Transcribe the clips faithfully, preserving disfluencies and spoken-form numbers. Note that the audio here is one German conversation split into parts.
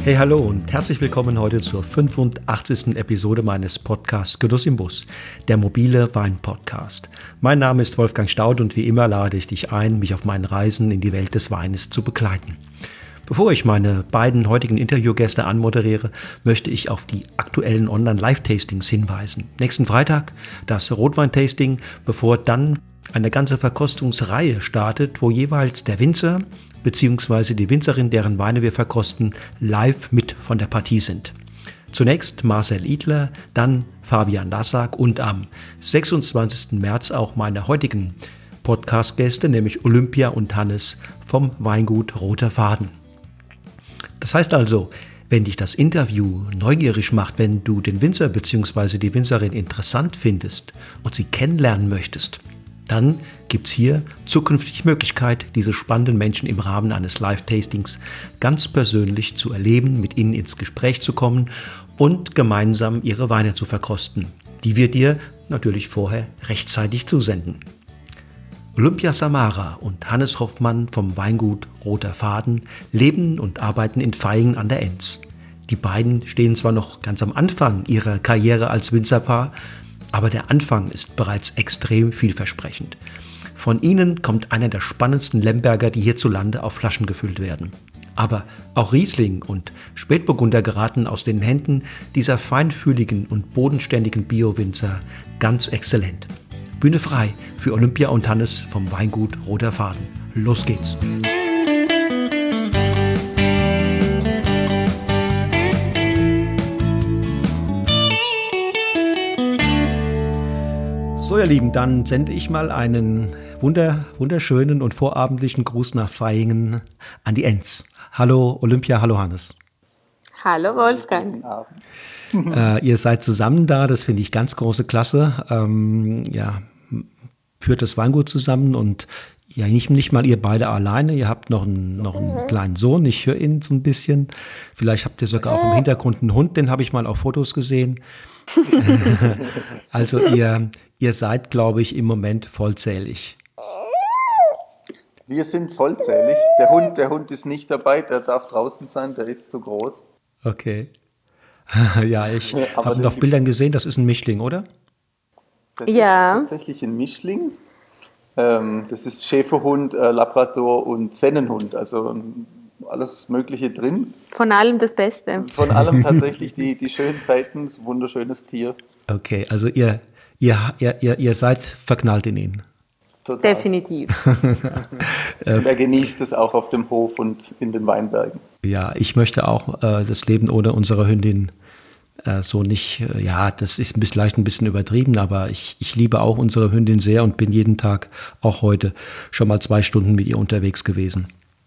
Hey, hallo und herzlich willkommen heute zur fünfundachtzigsten Episode meines Podcasts Genuss im Bus, der mobile Wein-Podcast. Mein Name ist Wolfgang Staudt und wie immer lade ich dich ein, mich auf meinen Reisen in die Welt des Weines zu begleiten. Bevor ich meine beiden heutigen Interviewgäste anmoderiere, möchte ich auf die aktuellen Online-Live-Tastings hinweisen. Nächsten Freitag das Rotwein-Tasting, bevor dann eine ganze Verkostungsreihe startet, wo jeweils der Winzer bzw. die Winzerin, deren Weine wir verkosten, live mit von der Partie sind. Zunächst Marcel Idler, dann Fabian Lassak und am sechsundzwanzigsten März auch meine heutigen Podcast-Gäste, nämlich Olympia und Hannes vom Weingut Roter Faden. Das heißt also, wenn dich das Interview neugierig macht, wenn du den Winzer bzw. die Winzerin interessant findest und sie kennenlernen möchtest, dann gibt es hier zukünftig die Möglichkeit, diese spannenden Menschen im Rahmen eines Live-Tastings ganz persönlich zu erleben, mit ihnen ins Gespräch zu kommen und gemeinsam ihre Weine zu verkosten, die wir dir natürlich vorher rechtzeitig zusenden. Olympia Samara und Hannes Hoffmann vom Weingut Roter Faden leben und arbeiten in Vaihingen an der Enz. Die beiden stehen zwar noch ganz am Anfang ihrer Karriere als Winzerpaar, aber der Anfang ist bereits extrem vielversprechend. Von ihnen kommt einer der spannendsten Lemberger, die hierzulande auf Flaschen gefüllt werden. Aber auch Riesling und Spätburgunder geraten aus den Händen dieser feinfühligen und bodenständigen Bio-Winzer ganz exzellent. Bühne frei für Olympia und Hannes vom Weingut Roter Faden. Los geht's! So, ihr Lieben, dann sende ich mal einen wunder, wunderschönen und vorabendlichen Gruß nach Vaihingen an die Enz. Hallo Olympia, hallo Hannes. Hallo Wolfgang. äh, ihr seid zusammen da, das finde ich ganz große Klasse. Ähm, ja, führt das Weingut zusammen und ja, nicht, nicht mal ihr beide alleine, ihr habt noch einen, noch einen kleinen Sohn, ich höre ihn so ein bisschen. Vielleicht habt ihr sogar auch im Hintergrund einen Hund, den habe ich mal auf Fotos gesehen. Also ihr, ihr seid, glaube ich, im Moment vollzählig. Wir sind vollzählig. Der Hund, der Hund ist nicht dabei, der darf draußen sein, der ist zu groß. Okay. Ja, ich habe ihn auf Bildern gesehen, das ist ein Mischling, oder? Das ja. ist tatsächlich ein Mischling. Ähm, das ist Schäferhund, äh, Labrador und Sennenhund, also alles Mögliche drin. Von allem das Beste. Von allem tatsächlich die, die schönen Seiten, ein wunderschönes Tier. Okay, also ihr, ihr, ihr, ihr seid verknallt in ihn. Total. Definitiv. Und er genießt es auch auf dem Hof und in den Weinbergen. Ja, ich möchte auch äh, das Leben ohne unsere Hündin äh, so nicht, äh, ja, das ist ein bisschen, vielleicht ein bisschen übertrieben, aber ich, ich liebe auch unsere Hündin sehr und bin jeden Tag, auch heute, schon mal zwei Stunden mit ihr unterwegs gewesen.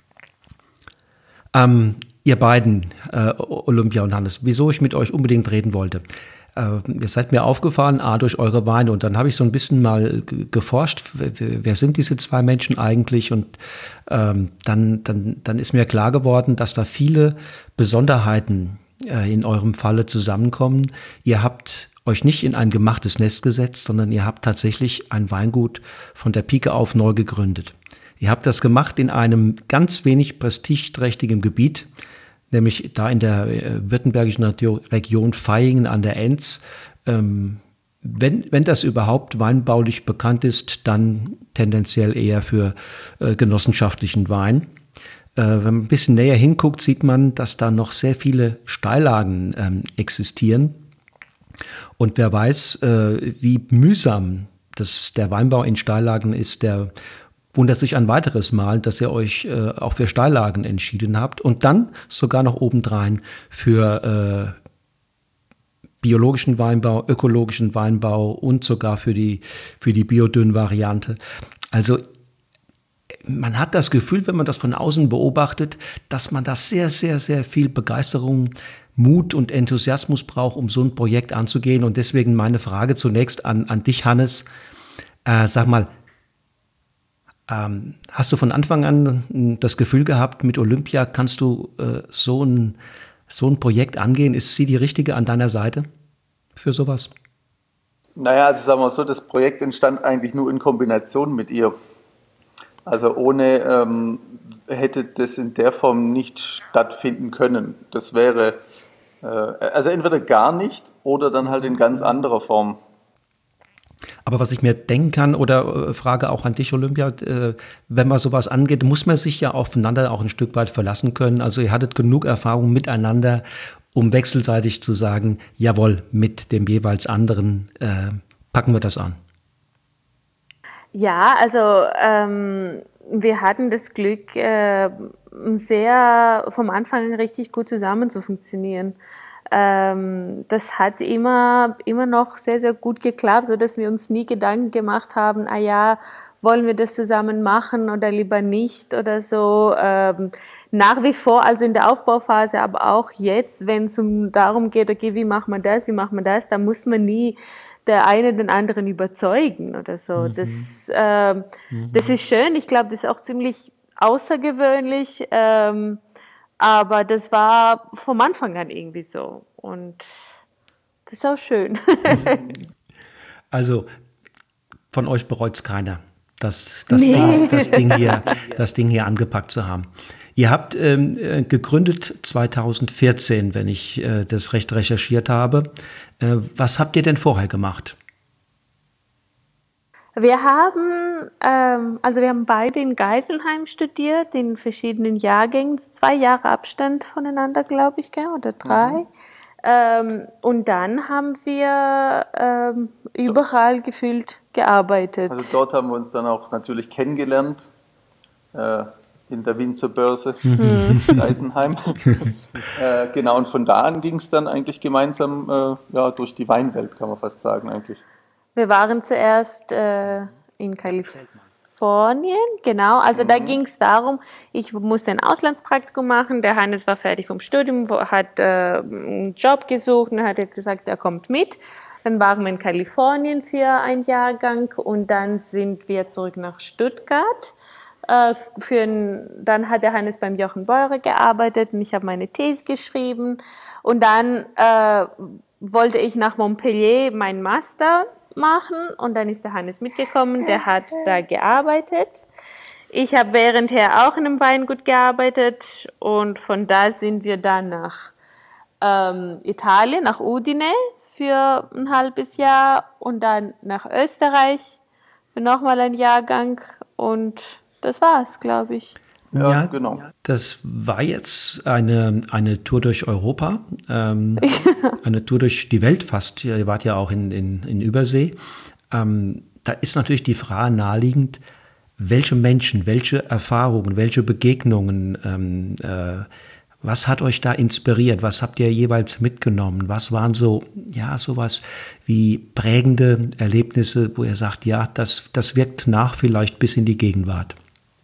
Ähm, ihr beiden, äh, Olympia und Hannes, wieso ich mit euch unbedingt reden wollte. Äh, ihr seid mir aufgefallen, A, durch eure Weine, und dann habe ich so ein bisschen mal g- geforscht, wer, wer sind diese zwei Menschen eigentlich, und ähm, dann, dann, dann ist mir klar geworden, dass da viele Besonderheiten äh, in eurem Falle zusammenkommen. Ihr habt euch nicht in ein gemachtes Nest gesetzt, sondern ihr habt tatsächlich ein Weingut von der Pike auf neu gegründet. Ihr habt das gemacht in einem ganz wenig prestigeträchtigen Gebiet, nämlich da in der äh, württembergischen Region Vaihingen an der Enz. Ähm, wenn, wenn das überhaupt weinbaulich bekannt ist, dann tendenziell eher für äh, genossenschaftlichen Wein. Äh, wenn man ein bisschen näher hinguckt, sieht man, dass da noch sehr viele Steillagen ähm, existieren. Und wer weiß, äh, wie mühsam das, der Weinbau in Steillagen ist, der wundert sich ein weiteres Mal, dass ihr euch äh, auch für Steillagen entschieden habt und dann sogar noch obendrein für äh, biologischen Weinbau, ökologischen Weinbau und sogar für die, für die Biodünn-Variante. Also man hat das Gefühl, wenn man das von außen beobachtet, dass man da sehr, sehr, sehr viel Begeisterung, Mut und Enthusiasmus braucht, um so ein Projekt anzugehen. Und deswegen meine Frage zunächst an, an dich, Hannes. Äh, sag mal, Ähm, hast du von Anfang an das Gefühl gehabt, mit Olympia kannst du äh, so, ein, so ein Projekt angehen? Ist sie die Richtige an deiner Seite für sowas? Naja, also sagen wir mal so, das Projekt entstand eigentlich nur in Kombination mit ihr. Also ohne ähm, hätte das in der Form nicht stattfinden können. Das wäre äh, also entweder gar nicht oder dann halt in ganz anderer Form. Aber was ich mir denken kann oder äh, frage auch an dich, Olympia, äh, wenn man sowas angeht, muss man sich ja aufeinander auch ein Stück weit verlassen können. Also ihr hattet genug Erfahrung miteinander, um wechselseitig zu sagen, jawohl, mit dem jeweils anderen äh, packen wir das an. Ja, also ähm, wir hatten das Glück, äh, sehr vom Anfang an richtig gut zusammen zu funktionieren. Ähm, das hat immer, immer noch sehr, sehr gut geklappt, so dass wir uns nie Gedanken gemacht haben, ah ja, wollen wir das zusammen machen oder lieber nicht oder so. Ähm, nach wie vor, also in der Aufbauphase, aber auch jetzt, wenn es um darum geht, okay, wie machen wir das, wie machen wir das, da muss man nie der eine den anderen überzeugen oder so. Mhm. Das, äh, mhm. das ist schön. Ich glaube, das ist auch ziemlich außergewöhnlich. Ähm, aber das war vom Anfang an irgendwie so. Und das ist auch schön. Also von euch bereut es keiner, das, das, Nee. Ding, das, Ding hier, das Ding hier angepackt zu haben. Ihr habt ähm, gegründet zweitausendvierzehn, wenn ich äh, das recht recherchiert habe. Äh, was habt ihr denn vorher gemacht? Wir haben, ähm, also wir haben beide in Geisenheim studiert, in verschiedenen Jahrgängen, zwei Jahre Abstand voneinander, glaube ich, gell, oder drei. Mhm. Ähm, und dann haben wir ähm, überall gefühlt gearbeitet. Also dort haben wir uns dann auch natürlich kennengelernt, äh, in der Winzerbörse mhm. Geisenheim. äh, genau, und von da an ging es dann eigentlich gemeinsam äh, ja, durch die Weinwelt, kann man fast sagen eigentlich. Wir waren zuerst äh, in Kalifornien, genau. Also mhm. da ging es darum, ich musste ein Auslandspraktikum machen. Der Hannes war fertig vom Studium, hat äh, einen Job gesucht und hat gesagt, er kommt mit. Dann waren wir in Kalifornien für einen Jahrgang und dann sind wir zurück nach Stuttgart. Äh, für ein, dann hat der Hannes beim Jochen Beurer gearbeitet und ich habe meine These geschrieben. Und dann äh, wollte ich nach Montpellier meinen Master machen und dann ist der Hannes mitgekommen, der hat da gearbeitet. Ich habe währendher auch in einem Weingut gearbeitet und von da sind wir dann nach ähm, Italien, nach Udine für ein halbes Jahr und dann nach Österreich für nochmal einen Jahrgang und das war's, glaube ich. Ja, ja, genau. Das war jetzt eine, eine Tour durch Europa, ähm, eine Tour durch die Welt fast. Ihr wart ja auch in, in, in Übersee. Ähm, da ist natürlich die Frage naheliegend, welche Menschen, welche Erfahrungen, welche Begegnungen, ähm, äh, was hat euch da inspiriert? Was habt ihr jeweils mitgenommen? Was waren so, ja, sowas wie prägende Erlebnisse, wo ihr sagt, ja, das, das wirkt nach vielleicht bis in die Gegenwart?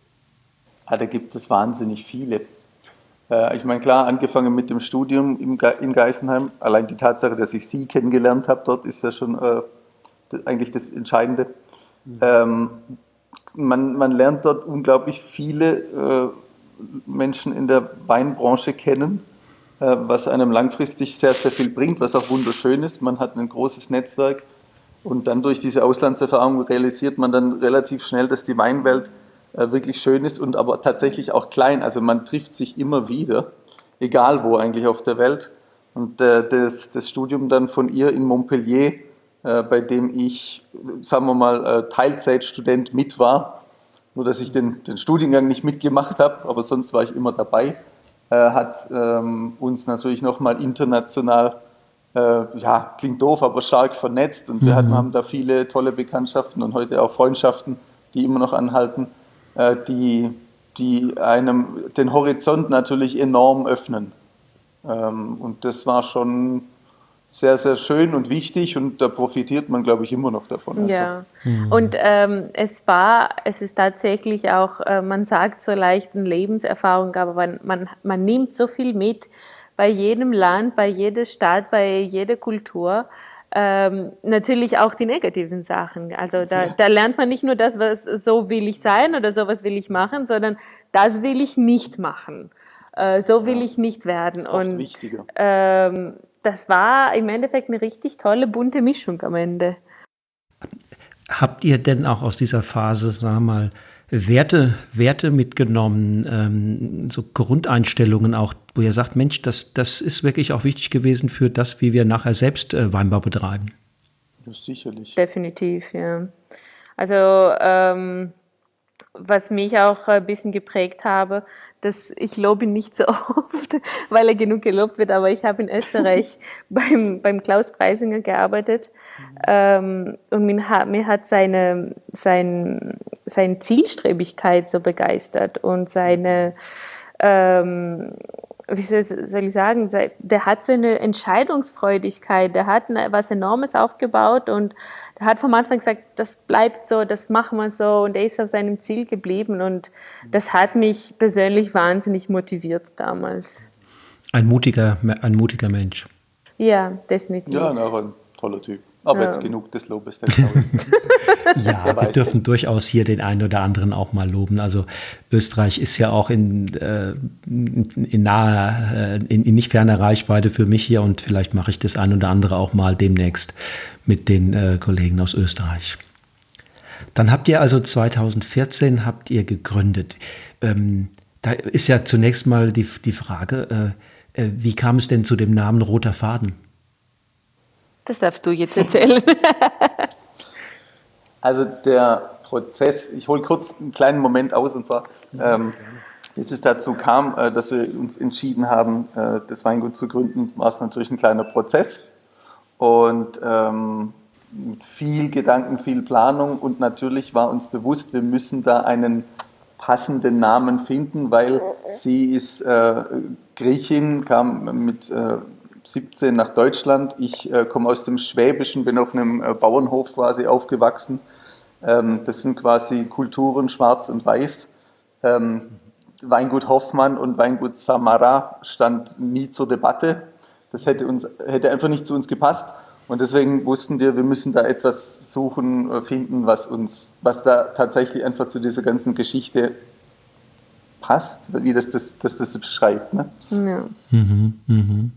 Ja, da gibt es wahnsinnig viele. Äh, ich meine, klar, angefangen mit dem Studium im Ge- in Geisenheim, allein die Tatsache, dass ich Sie kennengelernt habe dort, ist ja schon äh, eigentlich das Entscheidende. Mhm. Ähm, man, man lernt dort unglaublich viele äh, Menschen in der Weinbranche kennen, äh, was einem langfristig sehr, sehr viel bringt, was auch wunderschön ist. Man hat ein großes Netzwerk und dann durch diese Auslandserfahrung realisiert man dann relativ schnell, dass die Weinwelt wirklich schön ist und aber tatsächlich auch klein. Also man trifft sich immer wieder, egal wo eigentlich auf der Welt. Und äh, das, das Studium dann von ihr in Montpellier, äh, bei dem ich, sagen wir mal, äh, Teilzeitstudent mit war, nur dass ich den, den Studiengang nicht mitgemacht habe, aber sonst war ich immer dabei, äh, hat ähm, uns natürlich nochmal international, äh, ja, klingt doof, aber stark vernetzt und wir hatten, haben da viele tolle Bekanntschaften und heute auch Freundschaften, die immer noch anhalten. Die, die einem den Horizont natürlich enorm öffnen. Und das war schon sehr, sehr schön und wichtig und da profitiert man, glaube ich, immer noch davon. Einfach. Ja, und ähm, es war, es ist tatsächlich auch, äh, man sagt so leicht eine Lebenserfahrung, aber man, man, man nimmt so viel mit bei jedem Land, bei jeder Stadt, bei jeder Kultur. Ähm, natürlich auch die negativen Sachen. Also da, ja. da lernt man nicht nur das, was so will ich sein oder so was will ich machen, sondern das will ich nicht machen. Äh, so will ja. ich nicht werden. Oft und wichtiger. Ähm, das war im Endeffekt eine richtig tolle, bunte Mischung am Ende. Habt ihr denn auch aus dieser Phase, sagen wir mal, Werte, Werte mitgenommen, ähm, so Grundeinstellungen auch, wo ihr sagt, Mensch, das, das ist wirklich auch wichtig gewesen für das, wie wir nachher selbst äh, Weinbau betreiben? Ja, sicherlich. Definitiv, ja. Also ähm, was mich auch ein bisschen geprägt habe, dass ich lobe ihn nicht so oft, weil er genug gelobt wird, aber ich habe in Österreich beim, beim Klaus Preisinger gearbeitet, ähm, und mir hat, mir hat seine, sein, seine Zielstrebigkeit so begeistert und seine, ähm, wie soll ich sagen, der hat so eine Entscheidungsfreudigkeit, der hat was Enormes aufgebaut und der hat vom Anfang gesagt, das bleibt so, das machen wir so, und er ist auf seinem Ziel geblieben, und das hat mich persönlich wahnsinnig motiviert damals. Ein mutiger, ein mutiger Mensch. Ja, definitiv. Ja, auch ein toller Typ. Aber ja. Jetzt genug des Lobes, der Klaus. Ja, der wir dürfen das. durchaus hier den einen oder anderen auch mal loben. Also Österreich ist ja auch in, äh, in naher, in, in nicht ferner Reichweite für mich hier, und vielleicht mache ich das ein oder andere auch mal demnächst mit den äh, Kollegen aus Österreich. Dann habt ihr also zweitausendvierzehn habt ihr gegründet. Ähm, da ist ja zunächst mal die, die Frage, äh, äh, wie kam es denn zu dem Namen Roter Faden? Das darfst du jetzt erzählen. Also der Prozess, ich hole kurz einen kleinen Moment aus, und zwar, ähm, bis es dazu kam, äh, dass wir uns entschieden haben, äh, das Weingut zu gründen, war es natürlich ein kleiner Prozess und ähm, mit viel Gedanken, viel Planung, und natürlich war uns bewusst, wir müssen da einen passenden Namen finden, weil sie ist äh, Griechin, kam mit äh, siebzehn nach Deutschland. Ich äh, komme aus dem Schwäbischen, bin auf einem äh, Bauernhof quasi aufgewachsen. Ähm, das sind quasi Kulturen Schwarz und Weiß. Ähm, Weingut Hoffmann und Weingut Samara stand nie zur Debatte. Das hätte, uns, hätte einfach nicht zu uns gepasst. Und deswegen wussten wir, wir müssen da etwas suchen, äh, finden, was uns, was da tatsächlich einfach zu dieser ganzen Geschichte passt, wie das das, das, das beschreibt. Ne? Ja. Mhm, mhm.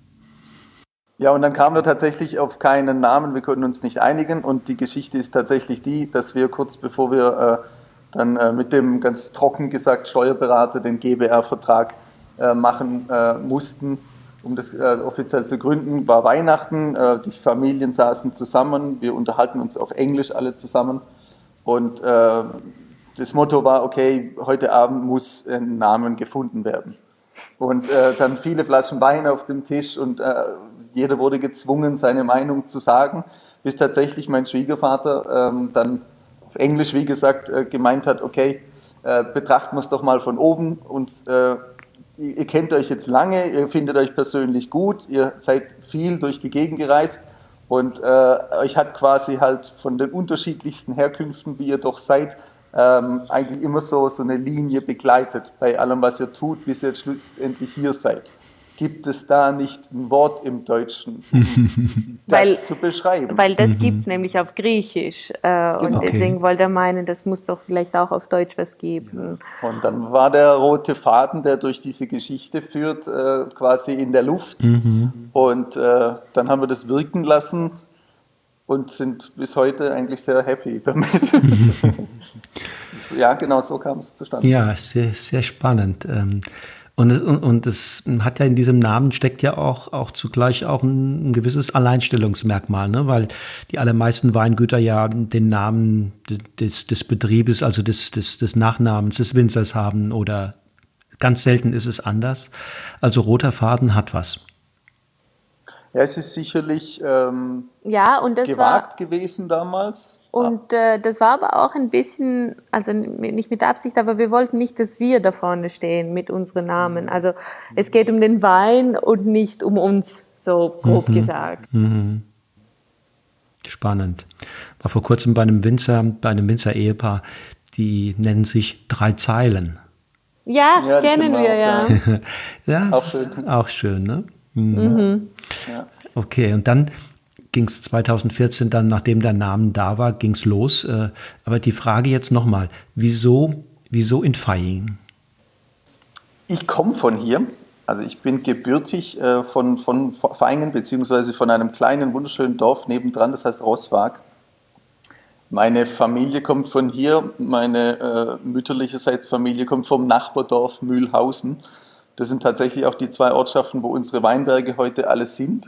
Ja, und dann kamen wir tatsächlich auf keinen Namen, wir konnten uns nicht einigen, und die Geschichte ist tatsächlich die, dass wir kurz bevor wir äh, dann äh, mit dem, ganz trocken gesagt, Steuerberater den G b R-Vertrag äh, machen äh, mussten, um das äh, offiziell zu gründen, war Weihnachten, äh, die Familien saßen zusammen, wir unterhalten uns auf Englisch alle zusammen, und äh, das Motto war, okay, heute Abend muss ein Name gefunden werden. Und äh, dann viele Flaschen Wein auf dem Tisch, und äh, jeder wurde gezwungen, seine Meinung zu sagen, bis tatsächlich mein Schwiegervater ähm, dann auf Englisch, wie gesagt, äh, gemeint hat, okay, äh, betrachten wir es doch mal von oben, und äh, ihr, ihr kennt euch jetzt lange, ihr findet euch persönlich gut, ihr seid viel durch die Gegend gereist, und äh, euch hat quasi halt von den unterschiedlichsten Herkünften, wie ihr doch seid, ähm, eigentlich immer so, so eine Linie begleitet bei allem, was ihr tut, bis ihr jetzt schlussendlich hier seid. Gibt es da nicht ein Wort im Deutschen, um das weil, zu beschreiben? Weil das mhm. gibt es nämlich auf Griechisch. Äh, genau. Und deswegen okay. wollte er meinen, das muss doch vielleicht auch auf Deutsch was geben. Und dann war der rote Faden, der durch diese Geschichte führt, äh, quasi in der Luft. Mhm. Und äh, dann haben wir das wirken lassen und sind bis heute eigentlich sehr happy damit. Ja, genau, so kam es zustande. Ja, sehr, sehr spannend. Und es, und, und es hat ja in diesem Namen steckt ja auch, auch zugleich auch ein, ein gewisses Alleinstellungsmerkmal, ne? Weil die allermeisten Weingüter ja den Namen des, des Betriebes, also des, des, des Nachnamens des Winzers haben, oder ganz selten ist es anders. Also Roter Faden hat was. Ja, es ist sicherlich ähm, ja, und das gewagt war, gewesen damals. Und äh, das war aber auch ein bisschen, also nicht mit Absicht, aber wir wollten nicht, dass wir da vorne stehen mit unseren Namen. Also es geht um den Wein und nicht um uns, so grob mhm. gesagt. Mhm. Spannend. War vor kurzem bei einem Winzer, bei einem Winzer-Ehepaar, die nennen sich Drei Zeilen. Ja, ja kennen wir, ja. Ja, auch schön. Auch schön, ne? Mhm. Mhm. Ja. Okay, und dann ging es zweitausendvierzehn, dann, nachdem der Name da war, ging es los. Äh, aber die Frage jetzt nochmal, wieso, wieso in Vaihingen? Ich komme von hier, also ich bin gebürtig äh, von, von Vaihingen, beziehungsweise von einem kleinen, wunderschönen Dorf nebendran, das heißt Roßwag. Meine Familie kommt von hier, meine äh, mütterlicherseits Familie kommt vom Nachbardorf Mühlhausen. Das sind tatsächlich auch die zwei Ortschaften, wo unsere Weinberge heute alle sind.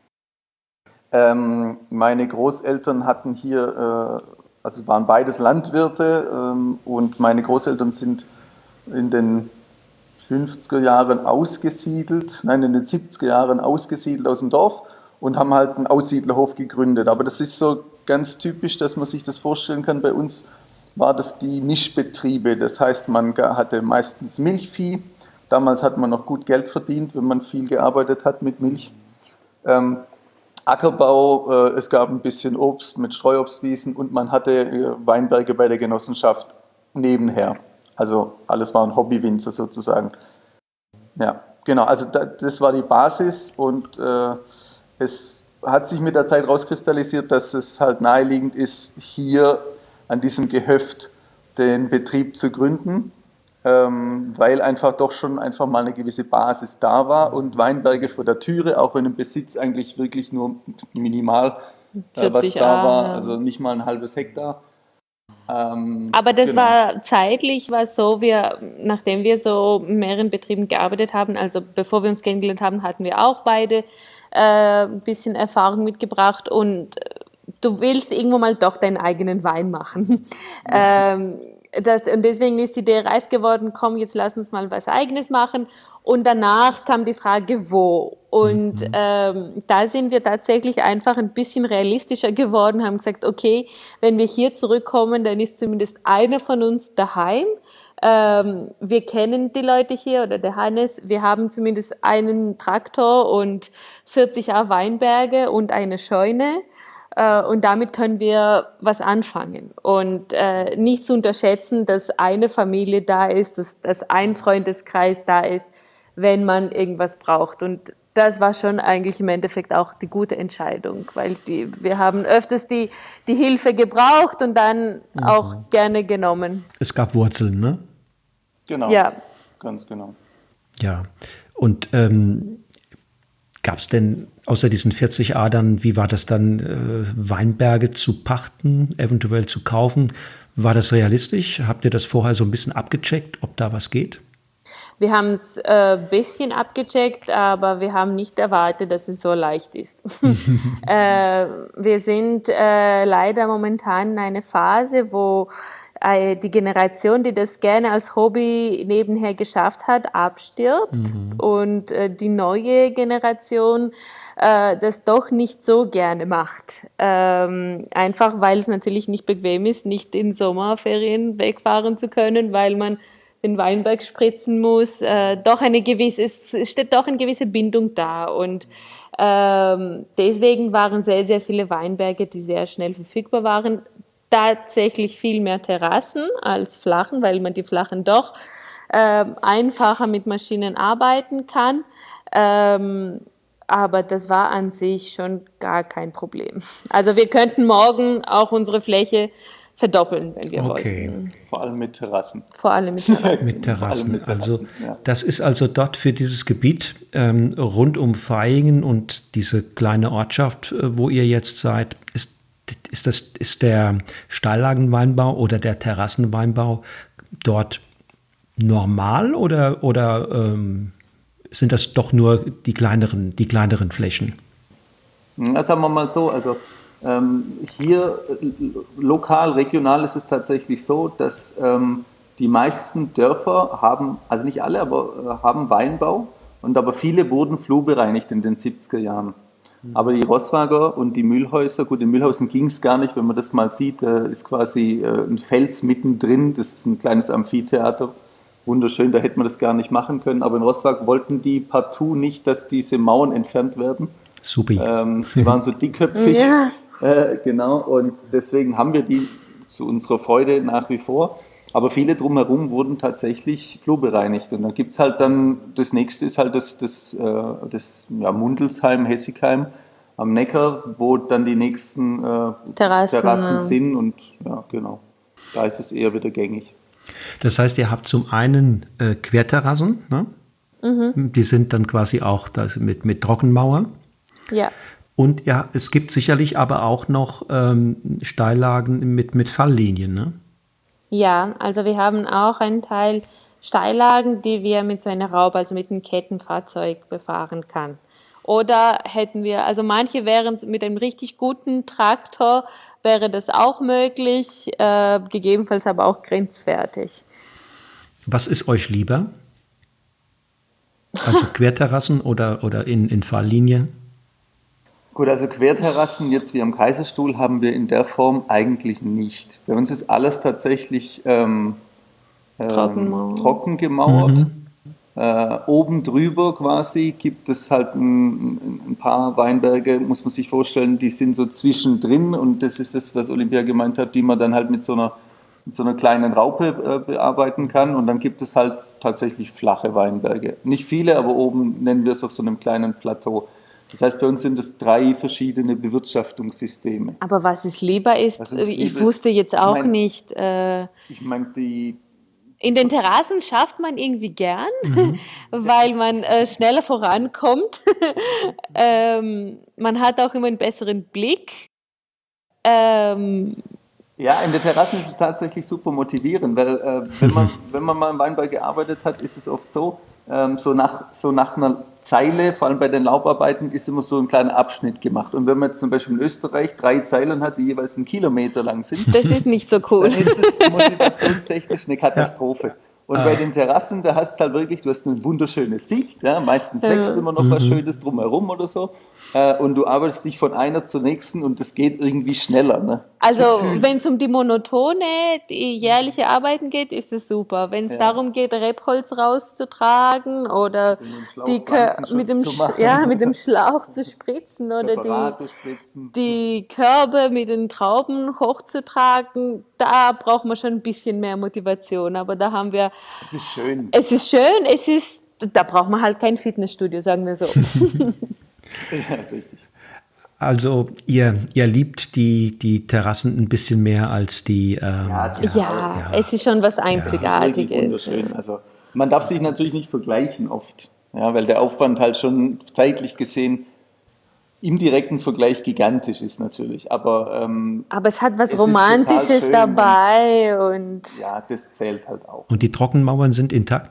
Ähm, meine Großeltern hatten hier, äh, also waren beides Landwirte ähm, und meine Großeltern sind in den fünfziger Jahren ausgesiedelt, nein, in den siebziger Jahren ausgesiedelt aus dem Dorf und haben halt einen Aussiedlerhof gegründet. Aber das ist so ganz typisch, dass man sich das vorstellen kann. Bei uns war das die Mischbetriebe. Das heißt, man hatte meistens Milchvieh. Damals hat man noch gut Geld verdient, wenn man viel gearbeitet hat mit Milch. Ähm, Ackerbau, äh, es gab ein bisschen Obst mit Streuobstwiesen und man hatte äh, Weinberge bei der Genossenschaft nebenher. Also alles waren Hobbywinzer sozusagen. Ja, genau, also da, das war die Basis und äh, es hat sich mit der Zeit rauskristallisiert, dass es halt naheliegend ist, hier an diesem Gehöft den Betrieb zu gründen, ähm, weil einfach doch schon einfach mal eine gewisse Basis da war und Weinberge vor der Türe, auch wenn im Besitz eigentlich wirklich nur minimal äh, was da war, also nicht mal ein halbes Hektar. Ähm, Aber das genau. war zeitlich war so, wir, nachdem wir so in mehreren Betrieben gearbeitet haben, also bevor wir uns kennengelernt haben, hatten wir auch beide äh, ein bisschen Erfahrung mitgebracht und du willst irgendwo mal doch deinen eigenen Wein machen. ähm, das, und deswegen ist die Idee reif geworden, komm, jetzt lass uns mal was Eigenes machen. Und danach kam die Frage, wo? Und mhm. ähm, da sind wir tatsächlich einfach ein bisschen realistischer geworden, haben gesagt, okay, wenn wir hier zurückkommen, dann ist zumindest einer von uns daheim. Ähm, wir kennen die Leute hier oder der Hannes, wir haben zumindest einen Traktor und vierzig Jahre Weinberge und eine Scheune. Und damit können wir was anfangen. Und äh, nicht zu unterschätzen, dass eine Familie da ist, dass, dass ein Freundeskreis da ist, wenn man irgendwas braucht. Und das war schon eigentlich im Endeffekt auch die gute Entscheidung, weil die, wir haben öfters die, die Hilfe gebraucht und dann mhm. auch gerne genommen. Es gab Wurzeln, ne? Genau, ja. Ganz genau. Ja, und ähm, gab es denn außer diesen vierzig Adern, wie war das dann, äh, Weinberge zu pachten, eventuell zu kaufen? War das realistisch? Habt ihr das vorher so ein bisschen abgecheckt, ob da was geht? Wir haben es ein äh, bisschen abgecheckt, aber wir haben nicht erwartet, dass es so leicht ist. äh, wir sind äh, leider momentan in einer Phase, wo äh, die Generation, die das gerne als Hobby nebenher geschafft hat, abstirbt mhm. und äh, die neue Generation äh, das doch nicht so gerne macht. Ähm, einfach, weil es natürlich nicht bequem ist, nicht in Sommerferien wegfahren zu können, weil man den Weinberg spritzen muss. Äh, doch eine gewisse, es steht doch eine gewisse Bindung da. Und ähm, deswegen waren sehr, sehr viele Weinberge, die sehr schnell verfügbar waren, tatsächlich viel mehr Terrassen als flachen, weil man die flachen doch äh, einfacher mit Maschinen arbeiten kann. Ähm, Aber das war an sich schon gar kein Problem. Also wir könnten morgen auch unsere Fläche verdoppeln, wenn wir okay. wollten. Vor allem mit Terrassen. Vor allem mit Terrassen. mit Terrassen. Mit Terrassen. Also ja. Das ist also dort für dieses Gebiet ähm, rund um Vaihingen und diese kleine Ortschaft, äh, wo ihr jetzt seid, ist, ist, das, ist der Steillagenweinbau oder der Terrassenweinbau dort normal oder, oder ähm, sind das doch nur die kleineren, die kleineren Flächen? Na, sagen wir mal so, also ähm, hier lokal, regional ist es tatsächlich so, dass ähm, die meisten Dörfer haben, also nicht alle, aber äh, haben Weinbau und aber viele wurden flurbereinigt in den siebziger Jahren. Mhm. Aber die Roßwager und die Mühlhäuser, gut, in Mühlhausen ging es gar nicht, wenn man das mal sieht, äh, ist quasi äh, ein Fels mittendrin, das ist ein kleines Amphitheater. Wunderschön, da hätte man das gar nicht machen können. Aber in Roßwag wollten die partout nicht, dass diese Mauern entfernt werden. Super. Ähm, die waren so dickköpfig. Ja. Äh, genau, und deswegen haben wir die zu unserer Freude nach wie vor. Aber viele drumherum wurden tatsächlich flurbereinigt. Und dann gibt es halt dann, das nächste ist halt das, das, äh, das ja, Mundelsheim, Hessigheim am Neckar, wo dann die nächsten äh, Terrassen, Terrassen sind. Und ja, genau, da ist es eher wieder gängig. Das heißt, ihr habt zum einen äh, Querterrassen, ne? Mhm. Die sind dann quasi auch das mit, mit Trockenmauern. Ja. Und ja, es gibt sicherlich aber auch noch ähm, Steillagen mit, mit Falllinien, ne? Ja, also wir haben auch einen Teil Steillagen, die wir mit so einer Raube, also mit einem Kettenfahrzeug befahren kann. Oder hätten wir, also manche wären mit einem richtig guten Traktor, wäre das auch möglich, äh, gegebenenfalls aber auch grenzwertig. Was ist euch lieber? Also Querterrassen oder, oder in, in Falllinie? Gut, also Querterrassen jetzt wie am Kaiserstuhl haben wir in der Form eigentlich nicht. Bei uns ist alles tatsächlich ähm, ähm, Trockenmauern. trocken gemauert. Äh, oben drüber quasi gibt es halt ein, ein paar Weinberge, muss man sich vorstellen, die sind so zwischendrin und das ist das, was Olympia gemeint hat, die man dann halt mit so einer, mit so einer kleinen Raupe äh, bearbeiten kann und dann gibt es halt tatsächlich flache Weinberge. Nicht viele, aber oben nennen wir es auf so einem kleinen Plateau. Das heißt, bei uns sind es drei verschiedene Bewirtschaftungssysteme. Aber was es lieber ist, Was uns ich lieb ist, wusste jetzt ich auch mein- nicht, äh, Ich meine, die in den Terrassen schafft man irgendwie gern, weil man äh, schneller vorankommt. ähm, man hat auch immer einen besseren Blick. Ähm, Ja, in der Terrasse ist es tatsächlich super motivierend, weil äh, wenn, man, wenn man mal im Weinberg gearbeitet hat, ist es oft so, ähm, so, nach, so nach einer Zeile, vor allem bei den Laubarbeiten, ist immer so ein kleiner Abschnitt gemacht. Und wenn man jetzt zum Beispiel in Österreich drei Zeilen hat, die jeweils einen Kilometer lang sind, das ist nicht so cool. dann ist das motivationstechnisch eine Katastrophe. Und bei den Terrassen, da hast du halt wirklich, du hast eine wunderschöne Sicht, ja, meistens wächst immer noch was Schönes drumherum oder so, äh, und du arbeitest dich von einer zur nächsten und das geht irgendwie schneller. Ne? Also Gefühlt. wenn es um die monotone, die jährliche Arbeiten geht, ist es super. Wenn es Ja. darum geht, Rebholz rauszutragen oder den Schlauch die Kör- Pflanzenschutz mit dem, zu Sch- machen. ja, mit dem Schlauch zu spritzen oder die, Präparate spritzen. die Körbe mit den Trauben hochzutragen, da braucht man schon ein bisschen mehr Motivation. Aber da haben wir, Das ist schön. es ist schön, es ist, da braucht man halt kein Fitnessstudio, sagen wir so. Ja, richtig. Also ihr, ihr liebt die, die Terrassen ein bisschen mehr als die... Ähm, Ja, Ja, Ja. es ist schon was Das ist wirklich Einzigartiges. wunderschön. Also, man darf sich natürlich nicht vergleichen oft, ja, weil der Aufwand halt schon zeitlich gesehen im direkten Vergleich gigantisch ist natürlich. Aber ähm, Aber es hat was Es ist total Romantisches schön dabei und ja, das zählt halt auch. Und die Trockenmauern sind intakt?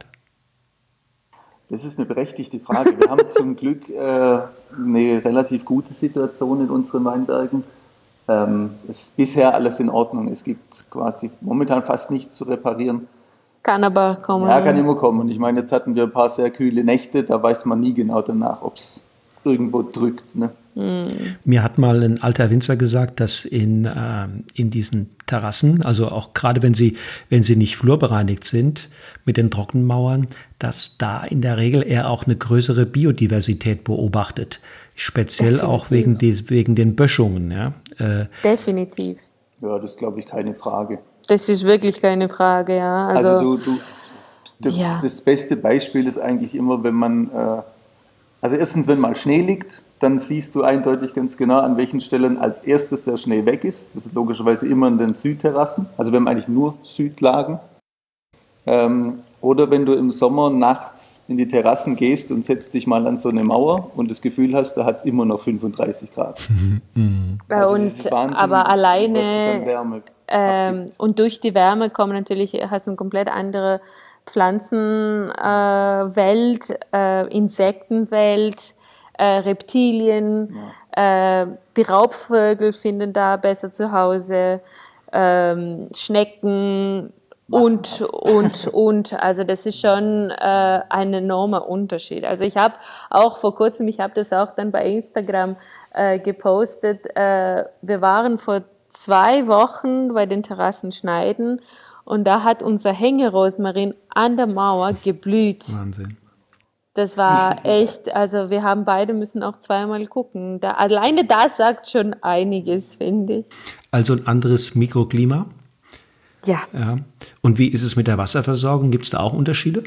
Das ist eine berechtigte Frage. Wir haben zum Glück äh, eine relativ gute Situation in unseren Weinbergen. Ähm, es ist bisher alles in Ordnung. Es gibt quasi momentan fast nichts zu reparieren. kann aber kommen. Ja, kann immer kommen. Ich meine, jetzt hatten wir ein paar sehr kühle Nächte, da weiß man nie genau danach, ob es irgendwo drückt. Ne? Mir hat mal ein alter Winzer gesagt, dass in, ähm, in diesen Terrassen, also auch gerade wenn sie, wenn sie nicht flurbereinigt sind mit den Trockenmauern, dass da in der Regel er auch eine größere Biodiversität beobachtet. Speziell Definitiv. auch wegen, des, wegen den Böschungen. Ja? Äh, Definitiv. Ja, das ist, glaube ich, keine Frage. Das ist wirklich keine Frage, ja. Also, Also, du, du, das, Ja. das beste Beispiel ist eigentlich immer, wenn man, äh, also erstens, wenn mal Schnee liegt, dann siehst du eindeutig ganz genau, an welchen Stellen als erstes der Schnee weg ist. Das ist logischerweise immer in den Südterrassen. Also wir haben eigentlich nur Südlagen. Ähm, oder wenn du im Sommer nachts in die Terrassen gehst und setzt dich mal an so eine Mauer und das Gefühl hast, da hat es immer noch fünfunddreißig Grad. äh, Also das ist und, Wahnsinn, aber was das an alleine Wärme ähm, abgibt. und durch die Wärme kommen natürlich, hast du eine komplett andere Pflanzenwelt, äh, Welt, äh, Insektenwelt, äh, Reptilien, äh, die Raubvögel finden da besser zu Hause, ähm, Schnecken und, und, und. Also das ist schon äh, ein enormer Unterschied. Also ich habe auch vor kurzem, ich habe das auch dann bei Instagram äh, gepostet, äh, wir waren vor zwei Wochen bei den Terrassen schneiden und da hat unser Hängerosmarin an der Mauer geblüht. Wahnsinn. Das war echt, also wir haben beide müssen auch zweimal gucken. Da, alleine das sagt schon einiges, finde ich. Also ein anderes Mikroklima. Ja. Ja. Und wie ist es mit der Wasserversorgung? Gibt es da auch Unterschiede?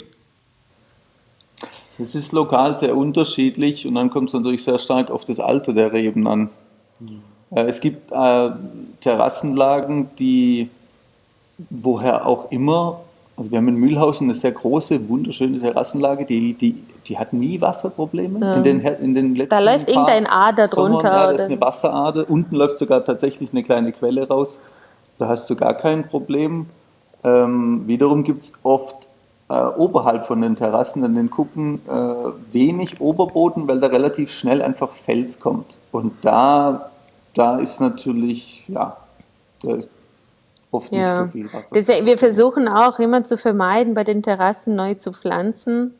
Es ist lokal sehr unterschiedlich und dann kommt es natürlich sehr stark auf das Alter der Reben an. Äh, Es gibt äh, Terrassenlagen, die woher auch immer Also wir haben in Mühlhausen eine sehr große, wunderschöne Terrassenlage, die, die, die hat nie Wasserprobleme Ja. in, den, in den letzten Da läuft irgendeine Ader Sommern, drunter. Ja, oder? das ist eine Wasserader. Unten läuft sogar tatsächlich eine kleine Quelle raus. Da hast du gar kein Problem. Ähm, wiederum gibt es oft äh, oberhalb von den Terrassen, an den Kuppen, äh, wenig Oberboden, weil da relativ schnell einfach Fels kommt. Und da, da ist natürlich, ja, da ist oft Ja. nicht so viel Wasser. Deswegen, wir versuchen auch immer zu vermeiden, bei den Terrassen neu zu pflanzen,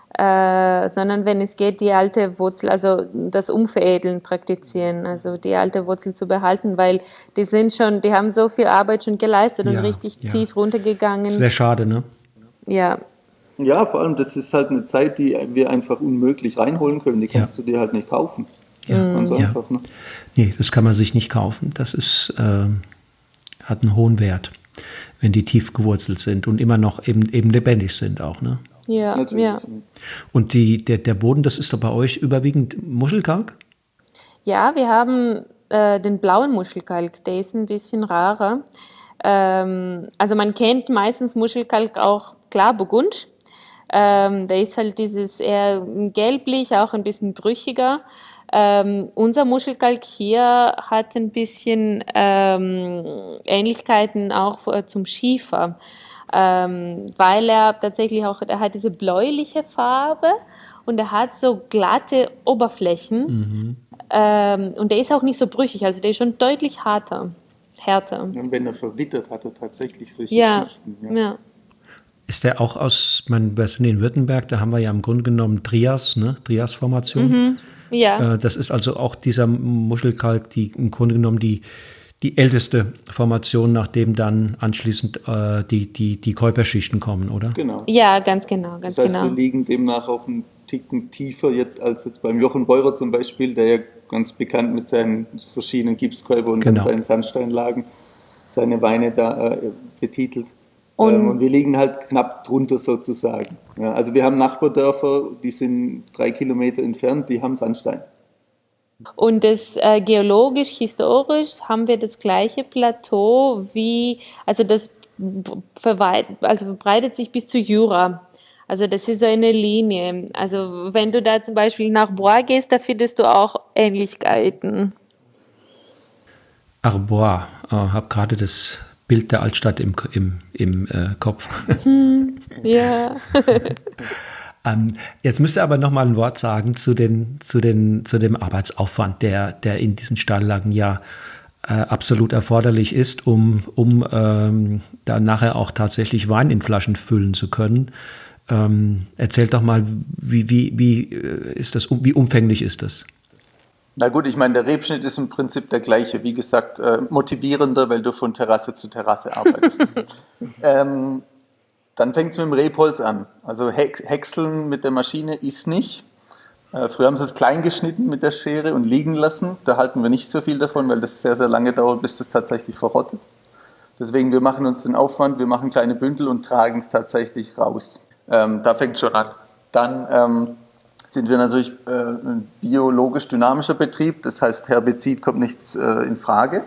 äh, sondern wenn es geht, die alte Wurzel, also das Umveredeln praktizieren, also die alte Wurzel zu behalten, weil die sind schon, die haben so viel Arbeit schon geleistet Ja, und richtig ja. tief runtergegangen. Das wäre schade, ne? Ja, Ja, vor allem, das ist halt eine Zeit, die wir einfach unmöglich reinholen können. Die kannst Ja. du dir halt nicht kaufen. Ja. Ganz Ja. einfach, ne? Nee, das kann man sich nicht kaufen. Das ist, äh, hat einen hohen Wert, wenn die tief gewurzelt sind und immer noch eben, eben lebendig sind auch, ne? ja, Natürlich. ja. Und die, der, der Boden, das ist doch bei euch überwiegend Muschelkalk? Ja, wir haben äh, den blauen Muschelkalk, der ist ein bisschen rarer. Ähm, also man kennt meistens Muschelkalk auch, klar, Burgund. Ähm, der ist halt dieses eher gelblich, auch ein bisschen brüchiger. Ähm, unser Muschelkalk hier hat ein bisschen ähm, Ähnlichkeiten auch äh, zum Schiefer, ähm, weil er tatsächlich auch, er hat diese bläuliche Farbe und er hat so glatte Oberflächen. Ähm, und der ist auch nicht so brüchig, also der ist schon deutlich harter, härter. Und wenn er verwittert, hat er tatsächlich solche Ja, Schichten. ja. Ist der auch aus, mein, wir sind in Württemberg, da haben wir ja im Grunde genommen Trias, ne? Trias-Formation. Ja. Äh, das ist also auch dieser Muschelkalk, die im Grunde genommen die, die älteste Formation, nachdem dann anschließend äh, die, die, die Keuperschichten kommen, oder? Genau. Ja, ganz genau, ganz Das heißt, genau. wir liegen demnach auch einen Ticken tiefer jetzt als jetzt beim Jochen Beurer zum Beispiel, der ja ganz bekannt mit seinen verschiedenen Gipskäuber und Genau. dann seinen Sandsteinlagen seine Weine da äh, betitelt. Und- ähm, und wir liegen halt knapp drunter sozusagen. Ja, also wir haben Nachbardörfer, die sind drei Kilometer entfernt, die haben Sandstein. Und das äh, geologisch, historisch haben wir das gleiche Plateau wie, also das verweit, also verbreitet sich bis zu Jura. Also das ist so eine Linie. Also wenn du da zum Beispiel nach Bois gehst, da findest du auch Ähnlichkeiten. Arbois, äh, habe gerade das Bild der Altstadt im, im, im äh, Kopf. Ja. Ähm, jetzt müsst ihr aber noch mal ein Wort sagen zu, den, zu, den, zu dem Arbeitsaufwand, der, der in diesen Stalllagen ja äh, absolut erforderlich ist, um, um ähm, da nachher auch tatsächlich Wein in Flaschen füllen zu können. Ähm, erzählt doch mal, wie, wie, wie, ist das, wie umfänglich ist das? Na gut, ich meine, der Rebschnitt ist im Prinzip der gleiche. Wie gesagt, äh, motivierender, weil du von Terrasse zu Terrasse arbeitest. ähm, Dann fängt es mit dem Rebholz an. Also Häckseln mit der Maschine ist nicht. Äh, früher haben sie es klein geschnitten mit der Schere und liegen lassen. Da halten wir nicht so viel davon, weil das sehr, sehr lange dauert, bis das tatsächlich verrottet. Deswegen, wir machen uns den Aufwand, wir machen kleine Bündel und tragen es tatsächlich raus. Ähm, da fängt es schon an. Dann ähm, sind wir natürlich äh, ein biologisch dynamischer Betrieb. Das heißt, Herbizid kommt nichts äh, in Frage.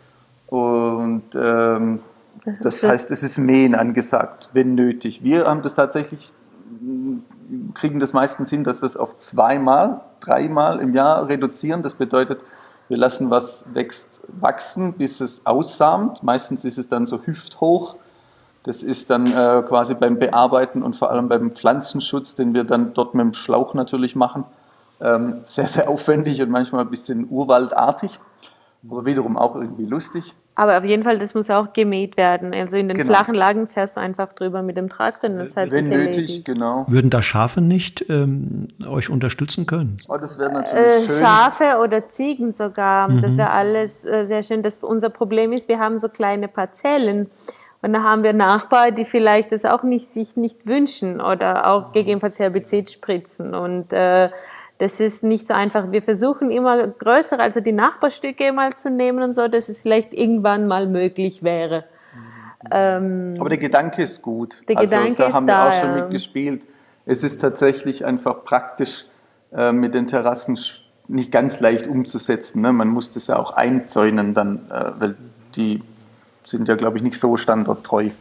Und ähm, das heißt, es ist Mähen angesagt, wenn nötig. Wir haben das tatsächlich, kriegen das meistens hin, dass wir es auf zweimal, dreimal im Jahr reduzieren. Das bedeutet, wir lassen was wächst, wachsen, bis es aussamt. Meistens ist es dann so hüfthoch. Das ist dann äh, quasi beim Bearbeiten und vor allem beim Pflanzenschutz, den wir dann dort mit dem Schlauch natürlich machen, ähm, sehr, sehr aufwendig und manchmal ein bisschen urwaldartig, aber wiederum auch irgendwie lustig. Aber auf jeden Fall, das muss auch gemäht werden. Also in den Genau. flachen Lagen fährst du einfach drüber mit dem Traktor und das hat Wenn sich nötig, erledigt. genau. Würden da Schafe nicht ähm, euch unterstützen können? Oh, das wäre natürlich Äh, schön. Schafe oder Ziegen sogar, das wäre alles äh, sehr schön. Das, unser Problem ist, wir haben so kleine Parzellen und da haben wir Nachbarn, die vielleicht das auch nicht, sich nicht wünschen oder auch gegebenenfalls Herbizid spritzen und äh, das ist nicht so einfach. Wir versuchen immer größere, also die Nachbarstücke mal zu nehmen und so, dass es vielleicht irgendwann mal möglich wäre. Ähm, Aber der Gedanke ist gut. Der also Gedanke da ist haben wir da, auch schon ja. mitgespielt. Es ist tatsächlich einfach praktisch äh, mit den Terrassen sch- nicht ganz leicht umzusetzen. Ne? Man muss das ja auch einzäunen dann, äh, weil die sind ja, glaube ich, nicht so standardtreu.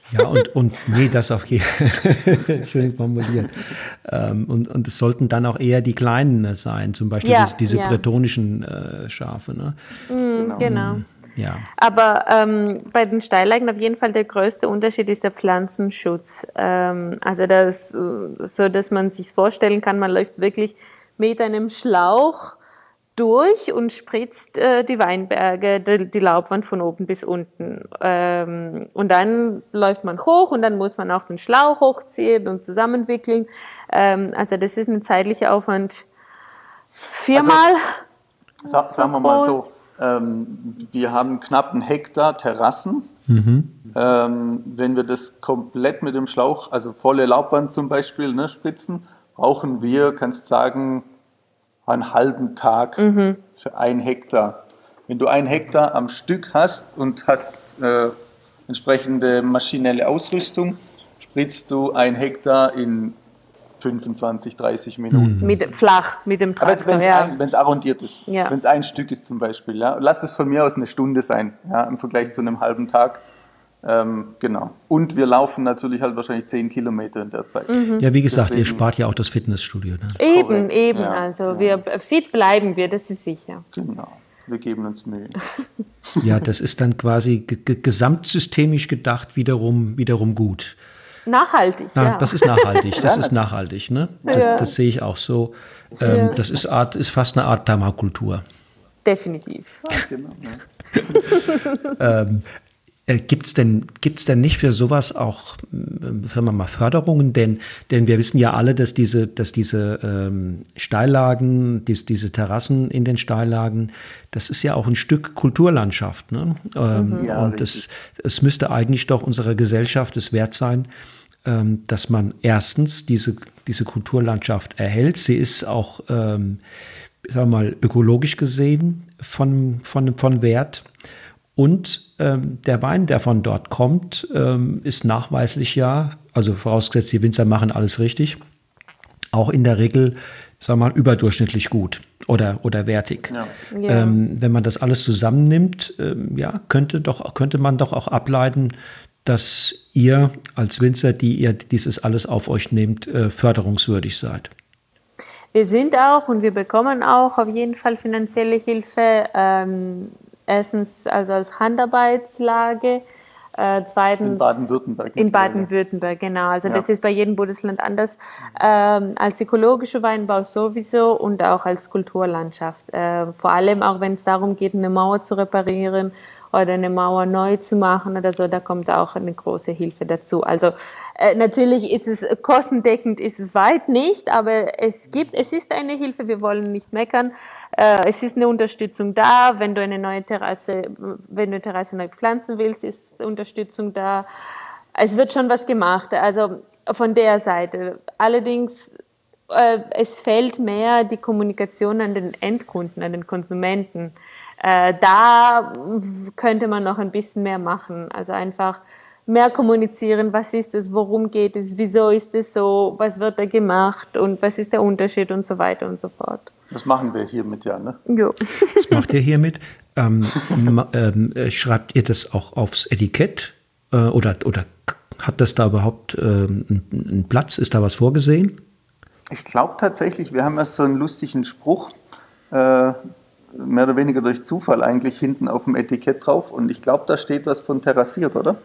Ja, und, und nee, das auf jeden Fall, schön formuliert. Ähm, und, und es sollten dann auch eher die kleinen sein, zum Beispiel Ja, diese, diese ja. bretonischen äh, Schafe. Ne? Mm, genau. Ja. Aber ähm, bei den Steillagen auf jeden Fall der größte Unterschied ist der Pflanzenschutz. Ähm, also das, so, dass man sich vorstellen kann, man läuft wirklich mit einem Schlauch durch und spritzt äh, die Weinberge, die, die Laubwand von oben bis unten. Ähm, und dann läuft man hoch und dann muss man auch den Schlauch hochziehen und zusammenwickeln. Ähm, also das ist ein zeitlicher Aufwand viermal. Also, sa- sagen wir mal so, ähm, wir haben knapp einen Hektar Terrassen. Mhm. Ähm, wenn wir das komplett mit dem Schlauch, also volle Laubwand zum Beispiel, ne, spritzen, brauchen wir, kannst sagen, einen halben Tag Mhm. für ein Hektar. Wenn du ein Hektar am Stück hast und hast äh, entsprechende maschinelle Ausrüstung, spritzt du ein Hektar in fünfundzwanzig, dreißig Minuten. Mit, flach, mit dem Aber Traktor, wenn es ja. ein, wenn's arrondiert ist, Ja. wenn es ein Stück ist zum Beispiel, ja, lass es von mir aus eine Stunde sein, ja, im Vergleich zu einem halben Tag. Ähm, genau. Und wir laufen natürlich halt wahrscheinlich zehn Kilometer in der Zeit. Ja, wie gesagt, Deswegen- ihr spart ja auch das Fitnessstudio. Ne? Eben, Korrekt, eben. ja, Also ja. wir fit bleiben wir, das ist sicher. Genau. Wir geben uns Mühe. Ja, das ist dann quasi g- g- gesamtsystemisch gedacht wiederum, wiederum gut. Nachhaltig, Na, ja. Das ist nachhaltig, das Ja, ist nachhaltig. Ne? Das, Ja. das sehe ich auch so. Ähm, Ja. Das ist, Art, ist fast eine Art Permakultur. Definitiv. Genau, ja. Äh, Gibt es denn, gibt's denn nicht für sowas auch, ähm, sagen wir mal, Förderungen? Denn, denn wir wissen ja alle, dass diese, dass diese ähm, Steillagen, dies, diese Terrassen in den Steillagen, das ist ja auch ein Stück Kulturlandschaft. Ne? Ähm, Ja, und das, richtig. es müsste eigentlich doch unserer Gesellschaft es wert sein, ähm, dass man erstens diese, diese Kulturlandschaft erhält. Sie ist auch, ähm, sagen wir mal, ökologisch gesehen von, von, von Wert. Und ähm, der Wein, der von dort kommt, ähm, ist nachweislich ja, also vorausgesetzt, die Winzer machen alles richtig, auch in der Regel, sagen wir mal, überdurchschnittlich gut oder, oder wertig. Ja. Ja. Ähm, wenn man das alles zusammennimmt, ähm, ja, könnte, doch, könnte man doch auch ableiten, dass ihr als Winzer, die ihr dieses alles auf euch nehmt, äh, förderungswürdig seid. Wir sind auch und wir bekommen auch auf jeden Fall finanzielle Hilfe. Ähm, erstens also als Handarbeitslage, äh, zweitens In Baden-Württemberg In mittlerweile. Baden-Württemberg, genau. Also Ja. das ist bei jedem Bundesland anders. Ähm, als ökologischer Weinbau sowieso und auch als Kulturlandschaft. Äh, vor allem auch, wenn es darum geht, eine Mauer zu reparieren oder eine Mauer neu zu machen oder so, da kommt auch eine große Hilfe dazu. Also äh, natürlich ist es kostendeckend, ist es weit nicht, aber es gibt, es ist eine Hilfe, wir wollen nicht meckern. Äh, es ist eine Unterstützung da, wenn du eine neue Terrasse, wenn du eine Terrasse neu pflanzen willst, ist Unterstützung da. Es wird schon was gemacht, also von der Seite. Allerdings, äh, es fehlt mehr die Kommunikation an den Endkunden, an den Konsumenten. Äh, da könnte man noch ein bisschen mehr machen. Also einfach mehr kommunizieren, was ist es, worum geht es, wieso ist es so, was wird da gemacht und was ist der Unterschied und so weiter und so fort. Das machen wir hiermit ja, ne? Jo. Was macht ihr hiermit? Ähm, ma- ähm, äh, schreibt ihr das auch aufs Etikett? Äh, oder, oder hat das da überhaupt ähm, einen, einen Platz? Ist da was vorgesehen? Ich glaube tatsächlich, wir haben ja so einen lustigen Spruch, äh, mehr oder weniger durch Zufall eigentlich hinten auf dem Etikett drauf. Und ich glaube, da steht was von terrassiert, oder?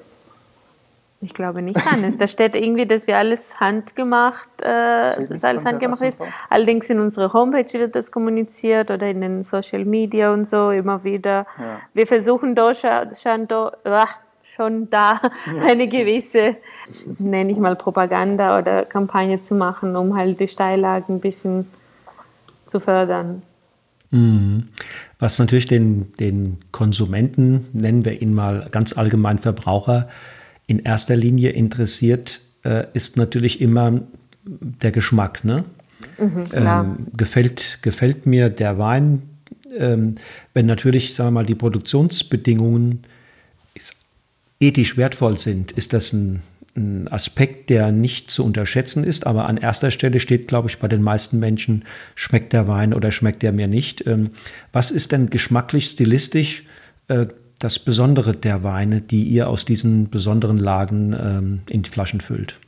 Ich glaube nicht, Hannes. Da steht irgendwie, dass wir alles handgemacht, äh, Steht dass nichts alles von handgemacht ist. Terrassen drauf? Allerdings in unserer Homepage wird das kommuniziert oder in den Social Media und so immer wieder. Ja. Wir versuchen da schon, schon, da, ach, schon da eine gewisse, nenne ich mal Propaganda oder Kampagne zu machen, um halt die Steillagen ein bisschen zu fördern. Mhm. Was natürlich den, den Konsumenten, nennen wir ihn mal ganz allgemein Verbraucher, in erster Linie interessiert, äh, ist natürlich immer der Geschmack. Ne? Mhm, klar. Ähm, gefällt, gefällt mir der Wein, ähm, wenn natürlich, sagen wir mal, die Produktionsbedingungen ethisch wertvoll sind, ist das ein, ein Aspekt, der nicht zu unterschätzen ist. Aber an erster Stelle steht, glaube ich, bei den meisten Menschen, schmeckt der Wein oder schmeckt der mir nicht. Ähm, was ist denn geschmacklich, stilistisch äh, das Besondere der Weine, die ihr aus diesen besonderen Lagen ähm, in die Flaschen füllt?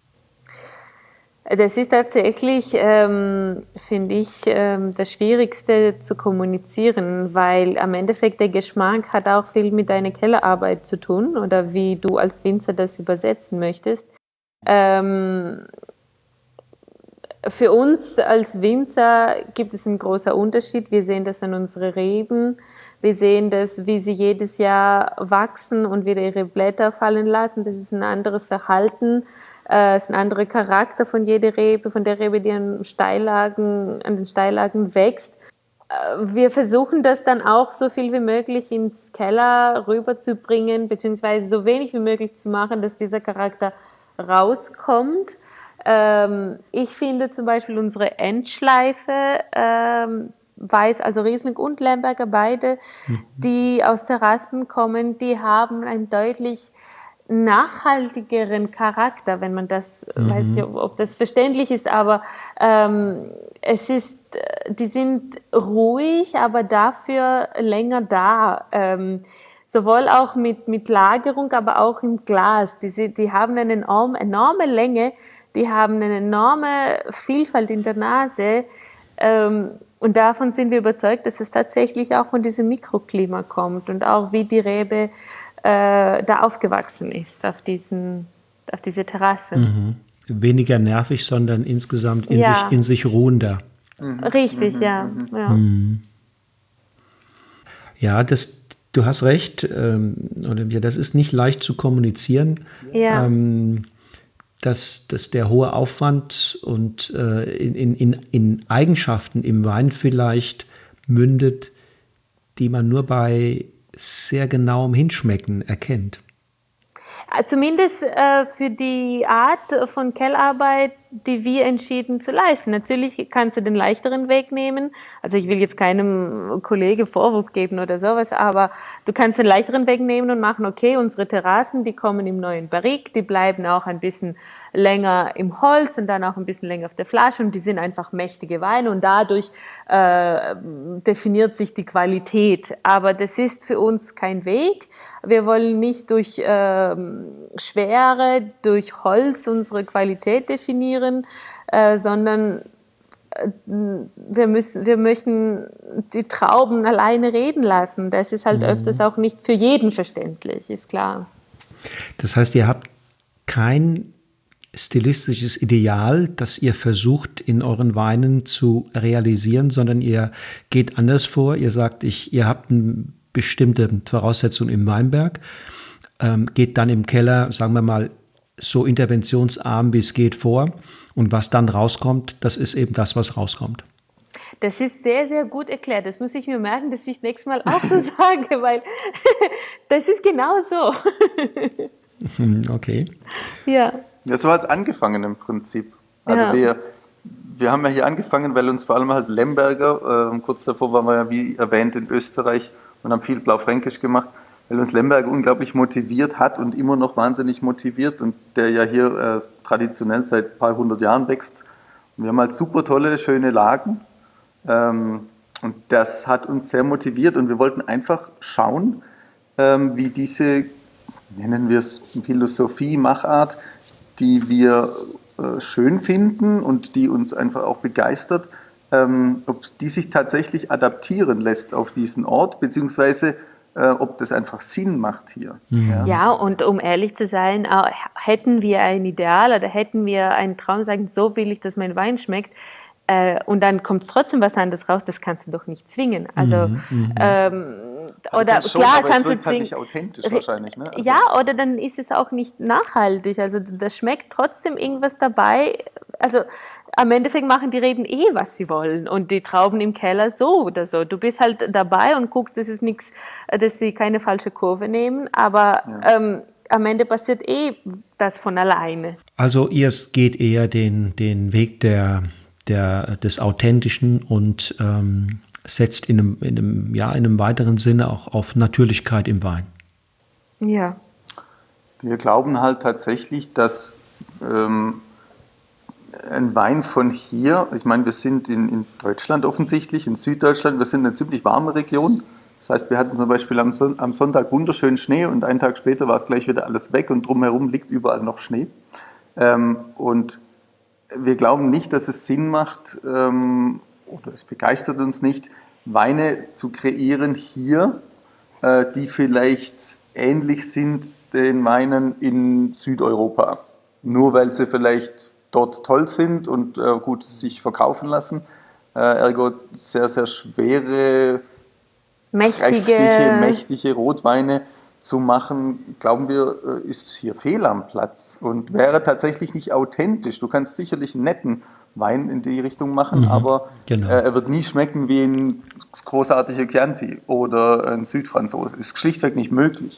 Das ist tatsächlich, ähm, finde ich, ähm, das Schwierigste zu kommunizieren, weil am Endeffekt der Geschmack hat auch viel mit deiner Kellerarbeit zu tun oder wie du als Winzer das übersetzen möchtest. Ähm, für uns als Winzer gibt es einen großen Unterschied. Wir sehen das an unseren Reben. Wir sehen das, wie sie jedes Jahr wachsen und wieder ihre Blätter fallen lassen. Das ist ein anderes Verhalten. Es ist ein anderer Charakter von jeder Rebe, von der Rebe, die an, Steillagen, an den Steillagen wächst. Wir versuchen das dann auch so viel wie möglich ins Keller rüberzubringen, beziehungsweise so wenig wie möglich zu machen, dass dieser Charakter rauskommt. Ich finde zum Beispiel unsere Endschleife, Weiß, also Riesling und Lemberger, beide, mhm. die aus Terrassen kommen, die haben ein deutlich nachhaltigeren Charakter, wenn man das, mhm. weiß ich, ob das verständlich ist, aber ähm, es ist, die sind ruhig, aber dafür länger da, ähm, sowohl auch mit, mit Lagerung, aber auch im Glas. Die, die haben eine enorme, enorme Länge, die haben eine enorme Vielfalt in der Nase, ähm, und davon sind wir überzeugt, dass es tatsächlich auch von diesem Mikroklima kommt und auch wie die Rebe da aufgewachsen ist, auf, diesen, auf diese Terrasse. Mhm. Weniger nervig, sondern insgesamt in, ja. sich, in sich ruhender. Mhm. Richtig, mhm. ja. Ja, mhm. ja das, du hast recht, ähm, Olympia, das ist nicht leicht zu kommunizieren, ja. ähm, dass, dass der hohe Aufwand und äh, in, in, in Eigenschaften im Wein vielleicht mündet, die man nur bei sehr genauem Hinschmecken erkennt. Zumindest äh, für die Art von Kellerarbeit, die wir entschieden zu leisten. Natürlich kannst du den leichteren Weg nehmen. Also ich will jetzt keinem Kollege Vorwurf geben oder sowas, aber du kannst den leichteren Weg nehmen und machen, okay, unsere Terrassen, die kommen im neuen Barrique, die bleiben auch ein bisschen länger im Holz und dann auch ein bisschen länger auf der Flasche und die sind einfach mächtige Weine und dadurch äh, definiert sich die Qualität. Aber das ist für uns kein Weg. Wir wollen nicht durch äh, Schwere, durch Holz unsere Qualität definieren, äh, sondern äh, wir müssen, wir möchten die Trauben alleine reden lassen. Das ist halt mhm. öfters auch nicht für jeden verständlich, ist klar. Das heißt, ihr habt kein stilistisches Ideal, das ihr versucht in euren Weinen zu realisieren, sondern ihr geht anders vor. Ihr sagt, ich, ihr habt eine bestimmte Voraussetzung im Weinberg, ähm, geht dann im Keller, sagen wir mal, so interventionsarm wie es geht vor und was dann rauskommt, das ist eben das, was rauskommt. Das ist sehr, sehr gut erklärt. Das muss ich mir merken, dass ich nächstes Mal auch so sage, weil das ist genau so. Okay. Ja. Ja, so hat es angefangen im Prinzip. Also ja. wir, wir haben ja hier angefangen, weil uns vor allem halt Lemberger, äh, kurz davor waren wir ja wie erwähnt in Österreich und haben viel Blaufränkisch gemacht, weil uns Lemberger unglaublich motiviert hat und immer noch wahnsinnig motiviert und der ja hier äh, traditionell seit ein paar hundert Jahren wächst. Und wir haben halt super tolle, schöne Lagen ähm, und das hat uns sehr motiviert und wir wollten einfach schauen, ähm, wie diese, nennen wir es Philosophie, Machart, die wir äh, schön finden und die uns einfach auch begeistert, ähm, ob die sich tatsächlich adaptieren lässt auf diesen Ort, beziehungsweise äh, ob das einfach Sinn macht hier. Mhm. Ja. ja, und um ehrlich zu sein, äh, hätten wir ein Ideal oder hätten wir einen Traum, sagen, so will ich, dass mein Wein schmeckt, äh, und dann kommt trotzdem was anderes raus, das kannst du doch nicht zwingen. Also, mhm. ähm, also oder schon, klar aber kannst es du wirkt halt nicht authentisch wahrscheinlich, ne? Also ja, oder dann ist es auch nicht nachhaltig. Also da schmeckt trotzdem irgendwas dabei. Also am Endeffekt machen die Reben eh, was sie wollen und die Trauben im Keller so oder so. Du bist halt dabei und guckst, dass es nichts, dass sie keine falsche Kurve nehmen, aber ja. ähm, am Ende passiert eh das von alleine. Also ihr geht eher den, den Weg der, der, des Authentischen und ähm, setzt in einem, in, einem, ja, in einem weiteren Sinne auch auf Natürlichkeit im Wein. Ja. Wir glauben halt tatsächlich, dass ähm, ein Wein von hier, ich meine, wir sind in, in Deutschland offensichtlich, in Süddeutschland, wir sind eine ziemlich warme Region, Das heißt, wir hatten zum Beispiel am, Son- am Sonntag wunderschönen Schnee und einen Tag später war es gleich wieder alles weg und drumherum liegt überall noch Schnee. Ähm, und wir glauben nicht, dass es Sinn macht, ähm, oder es begeistert uns nicht, Weine zu kreieren hier, äh, die vielleicht ähnlich sind den Weinen in Südeuropa. Nur weil sie vielleicht dort toll sind und äh, gut sich verkaufen lassen. Äh, ergo sehr, sehr schwere, Mächtige, kräftige, mächtige Rotweine zu machen, glauben wir, ist hier fehl am Platz und wäre tatsächlich nicht authentisch. Du kannst sicherlich einen netten Wein in die Richtung machen, Mhm, aber genau. äh, er wird nie schmecken wie ein großartiger Chianti oder ein Südfranzose. Ist schlichtweg nicht möglich.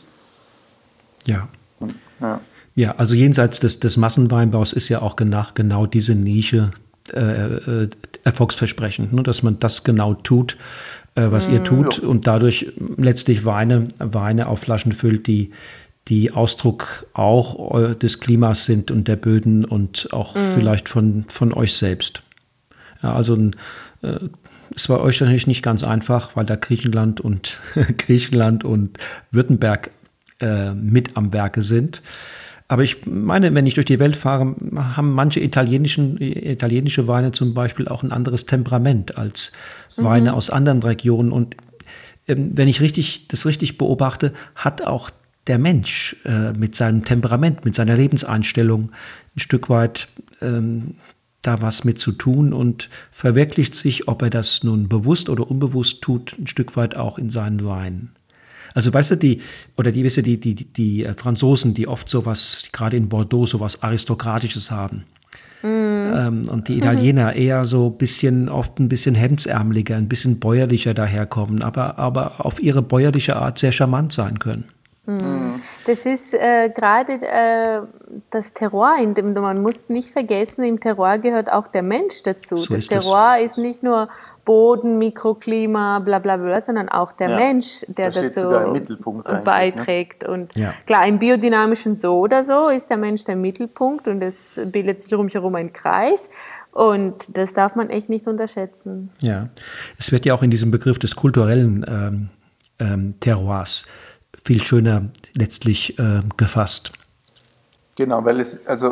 Ja. Ja. Ja, also jenseits des, des Massenweinbaus ist ja auch genau, genau diese Nische äh, äh, erfolgsversprechend, ne? Dass man das genau tut, äh, was mm, ihr tut ja. Und dadurch letztlich Weine, Weine auf Flaschen füllt, die, die Ausdruck auch des Klimas sind und der Böden und auch mm. vielleicht von, von euch selbst. Ja, also äh, es war euch natürlich nicht ganz einfach, weil da Griechenland und Griechenland und Württemberg äh, mit am Werke sind. Aber ich meine, wenn ich durch die Welt fahre, haben manche italienischen, italienische Weine zum Beispiel auch ein anderes Temperament als Weine mhm. aus anderen Regionen. Und ähm, wenn ich richtig, das richtig beobachte, hat auch der Mensch äh, mit seinem Temperament, mit seiner Lebenseinstellung ein Stück weit ähm, da was mit zu tun und verwirklicht sich, ob er das nun bewusst oder unbewusst tut, ein Stück weit auch in seinen Weinen. Also weißt du, die, oder die, weißt du, die, die, die Franzosen, die oft sowas, gerade in Bordeaux, sowas Aristokratisches haben. Mm. Ähm, und die Italiener mhm. eher so ein bisschen, oft ein bisschen hemdsärmeliger, ein bisschen bäuerlicher daherkommen, aber, aber auf ihre bäuerliche Art sehr charmant sein können. Mm. Das ist äh, gerade äh, das Terroir, in dem man muss nicht vergessen, im Terroir gehört auch der Mensch dazu. So das ist Terroir das. ist nicht nur Boden, Mikroklima, bla bla bla, sondern auch der ja, Mensch, der da dazu beiträgt. Ne? Und ja. klar, im biodynamischen so oder so ist der Mensch der Mittelpunkt und es bildet sich drumherum ein Kreis. Und das darf man echt nicht unterschätzen. Ja, es wird ja auch in diesem Begriff des kulturellen ähm, ähm, Terroirs viel schöner letztlich äh, gefasst. Genau, weil es, also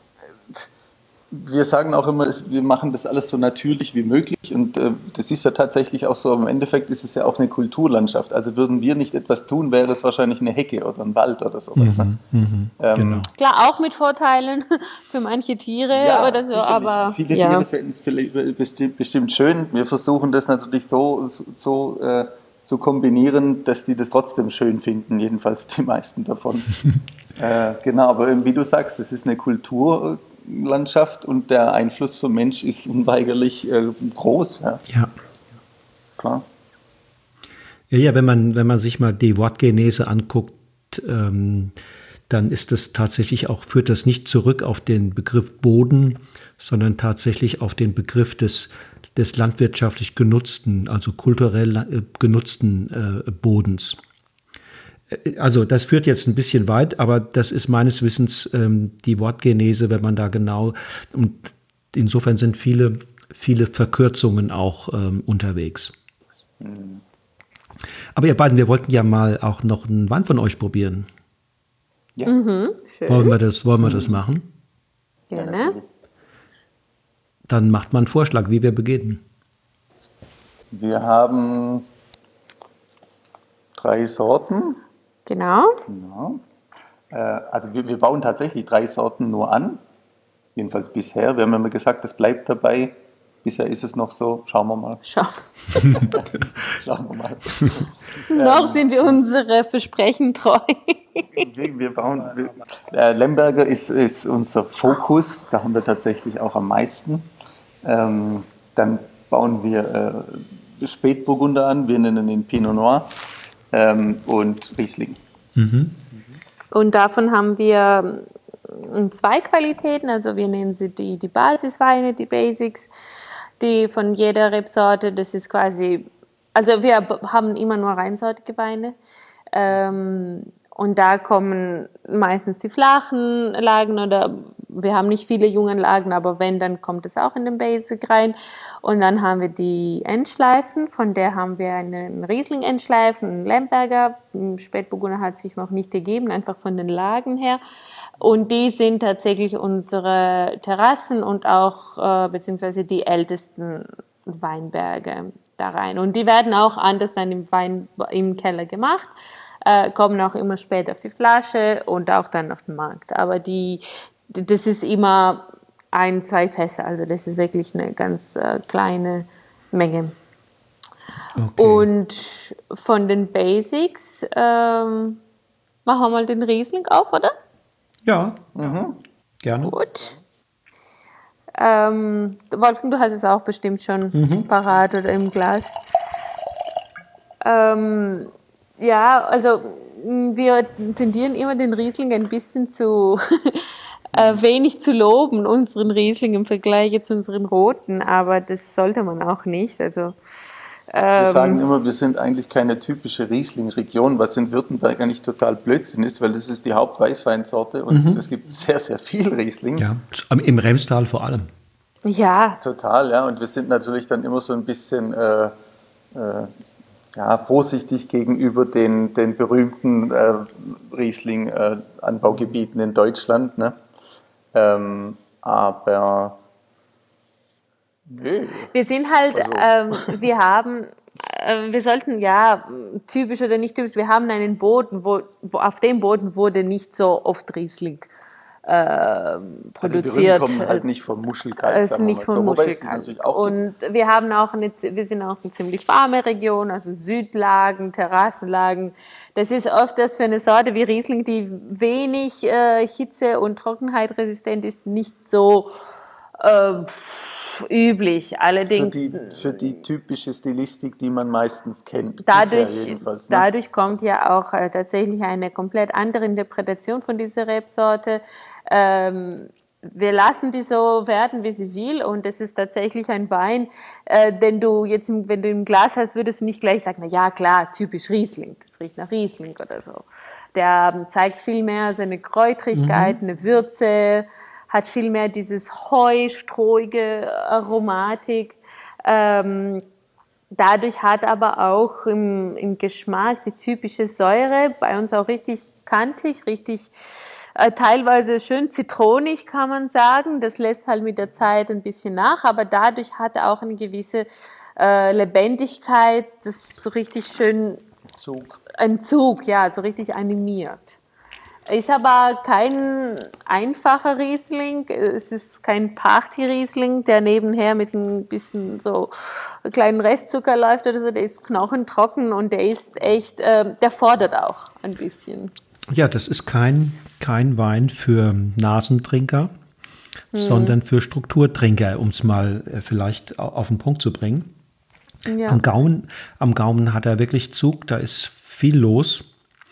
wir sagen auch immer, wir machen das alles so natürlich wie möglich und äh, das ist ja tatsächlich auch so, aber im Endeffekt ist es ja auch eine Kulturlandschaft. Also würden wir nicht etwas tun, wäre es wahrscheinlich eine Hecke oder ein Wald oder sowas. Mhm, ne? mhm, ähm, genau. Klar, auch mit Vorteilen für manche Tiere ja, oder so, sicherlich. Aber viele ja. Tiere finden es bestimmt, bestimmt schön. Wir versuchen das natürlich so, so äh, zu kombinieren, dass die das trotzdem schön finden, jedenfalls die meisten davon. äh, genau, aber wie du sagst, das ist eine Kulturlandschaft und der Einfluss vom Mensch ist unweigerlich äh, groß. Ja. ja. Klar. Ja, ja, wenn man, wenn man sich mal die Wortgenese anguckt, ähm, dann ist das tatsächlich auch, führt das nicht zurück auf den Begriff Boden, sondern tatsächlich auf den Begriff des des landwirtschaftlich genutzten, also kulturell genutzten äh, Bodens. Also das führt jetzt ein bisschen weit, aber das ist meines Wissens ähm, die Wortgenese, wenn man da genau, und insofern sind viele, viele Verkürzungen auch ähm, unterwegs. Mhm. Aber ihr beiden, wir wollten ja mal auch noch einen Wein von euch probieren. Ja. Mhm, schön. Wollen wir das, wollen wir das machen? Gerne. Dann macht man einen Vorschlag, wie wir beginnen. Wir haben drei Sorten. Genau. genau. Äh, also wir, wir bauen tatsächlich drei Sorten nur an. Jedenfalls bisher. Wir haben immer gesagt, das bleibt dabei. Bisher ist es noch so. Schauen wir mal. Schau. Schauen wir mal. Noch ähm, sind wir unsere Versprechen treu. wir bauen, wir, äh, Lemberger ist, ist unser Fokus. Da haben wir tatsächlich auch am meisten. Ähm, dann bauen wir äh, Spätburgunder an, wir nennen ihn Pinot Noir ähm, und Riesling. Mhm. Und davon haben wir zwei Qualitäten, also wir nennen sie die, die Basisweine, die Basics, die von jeder Rebsorte, das ist quasi, also wir haben immer nur reinsortige Weine. Ähm, Und da kommen meistens die flachen Lagen oder wir haben nicht viele Junganlagen, aber wenn, dann kommt es auch in den Basic rein. Und dann haben wir die Endschleifen, von der haben wir einen Riesling-Endschleifen, einen Lemberger. Spätburgunder hat sich noch nicht gegeben, einfach von den Lagen her. Und die sind tatsächlich unsere Terrassen und auch äh, beziehungsweise die ältesten Weinberge da rein. Und die werden auch anders dann im Wein im Keller gemacht, äh, kommen auch immer später auf die Flasche und auch dann auf den Markt. Aber die, das ist immer ein, zwei Fässer, also das ist wirklich eine ganz äh, kleine Menge. Okay. Und von den Basics ähm, machen wir mal den Riesling auf, oder? Ja, mhm. Gerne. Gut. Ähm, Wolfgang, du hast es auch bestimmt schon mhm. parat oder im Glas. Ähm, ja, also wir tendieren immer den Riesling ein bisschen zu äh, wenig zu loben, unseren Riesling im Vergleich zu unseren Roten, aber das sollte man auch nicht. Also Wir sagen immer, wir sind eigentlich keine typische Riesling-Region, was in Württemberg eigentlich total Blödsinn ist, weil das ist die Hauptweißweinsorte und mhm. es gibt sehr, sehr viel Riesling. Ja, im Remstal vor allem. Ja. Total, ja. Und wir sind natürlich dann immer so ein bisschen äh, äh, ja, vorsichtig gegenüber den, den berühmten äh, Riesling-Anbaugebieten äh, in Deutschland. Ne? Ähm, aber Nee. Wir sind halt, also. ähm, wir haben, äh, wir sollten ja, typisch oder nicht typisch, wir haben einen Boden, wo, wo auf dem Boden wurde nicht so oft Riesling äh, produziert. Also die kommen halt nicht vom Muschelkalk, also nicht vom so. Muschelkalk. Und wir haben auch eine, wir sind auch eine ziemlich warme Region, also Südlagen, Terrassenlagen. Das ist oft das für eine Sorte wie Riesling, die wenig äh, Hitze- und Trockenheit resistent ist, nicht so äh, üblich. Allerdings für die, für die typische Stilistik, die man meistens kennt. Dadurch, jedenfalls, ne? dadurch kommt ja auch äh, tatsächlich eine komplett andere Interpretation von dieser Rebsorte. Ähm, wir lassen die so werden, wie sie will, und es ist tatsächlich ein Wein, äh, den du jetzt, im, wenn du im Glas hast, würdest du nicht gleich sagen, na ja, klar, typisch Riesling, das riecht nach Riesling oder so. Der ähm, zeigt viel mehr seine Kräutrigkeit, mhm. eine Würze, hat viel mehr dieses heustrohige Aromatik. Ähm, dadurch hat aber auch im, im Geschmack die typische Säure, bei uns auch richtig kantig, richtig äh, teilweise schön zitronig, kann man sagen. Das lässt halt mit der Zeit ein bisschen nach, aber dadurch hat er auch eine gewisse äh, Lebendigkeit, das so richtig schön Zug. ein Zug, ja, so richtig animiert. Ist aber kein einfacher Riesling, es ist kein Party-Riesling, der nebenher mit ein bisschen so kleinen Restzucker läuft oder so, der ist knochentrocken und der ist echt, äh, der fordert auch ein bisschen. Ja, das ist kein, kein Wein für Nasentrinker, hm. sondern für Strukturtrinker, um es mal äh, vielleicht auf den Punkt zu bringen. Ja. Am Gaumen, am Gaumen hat er wirklich Zug, da ist viel los.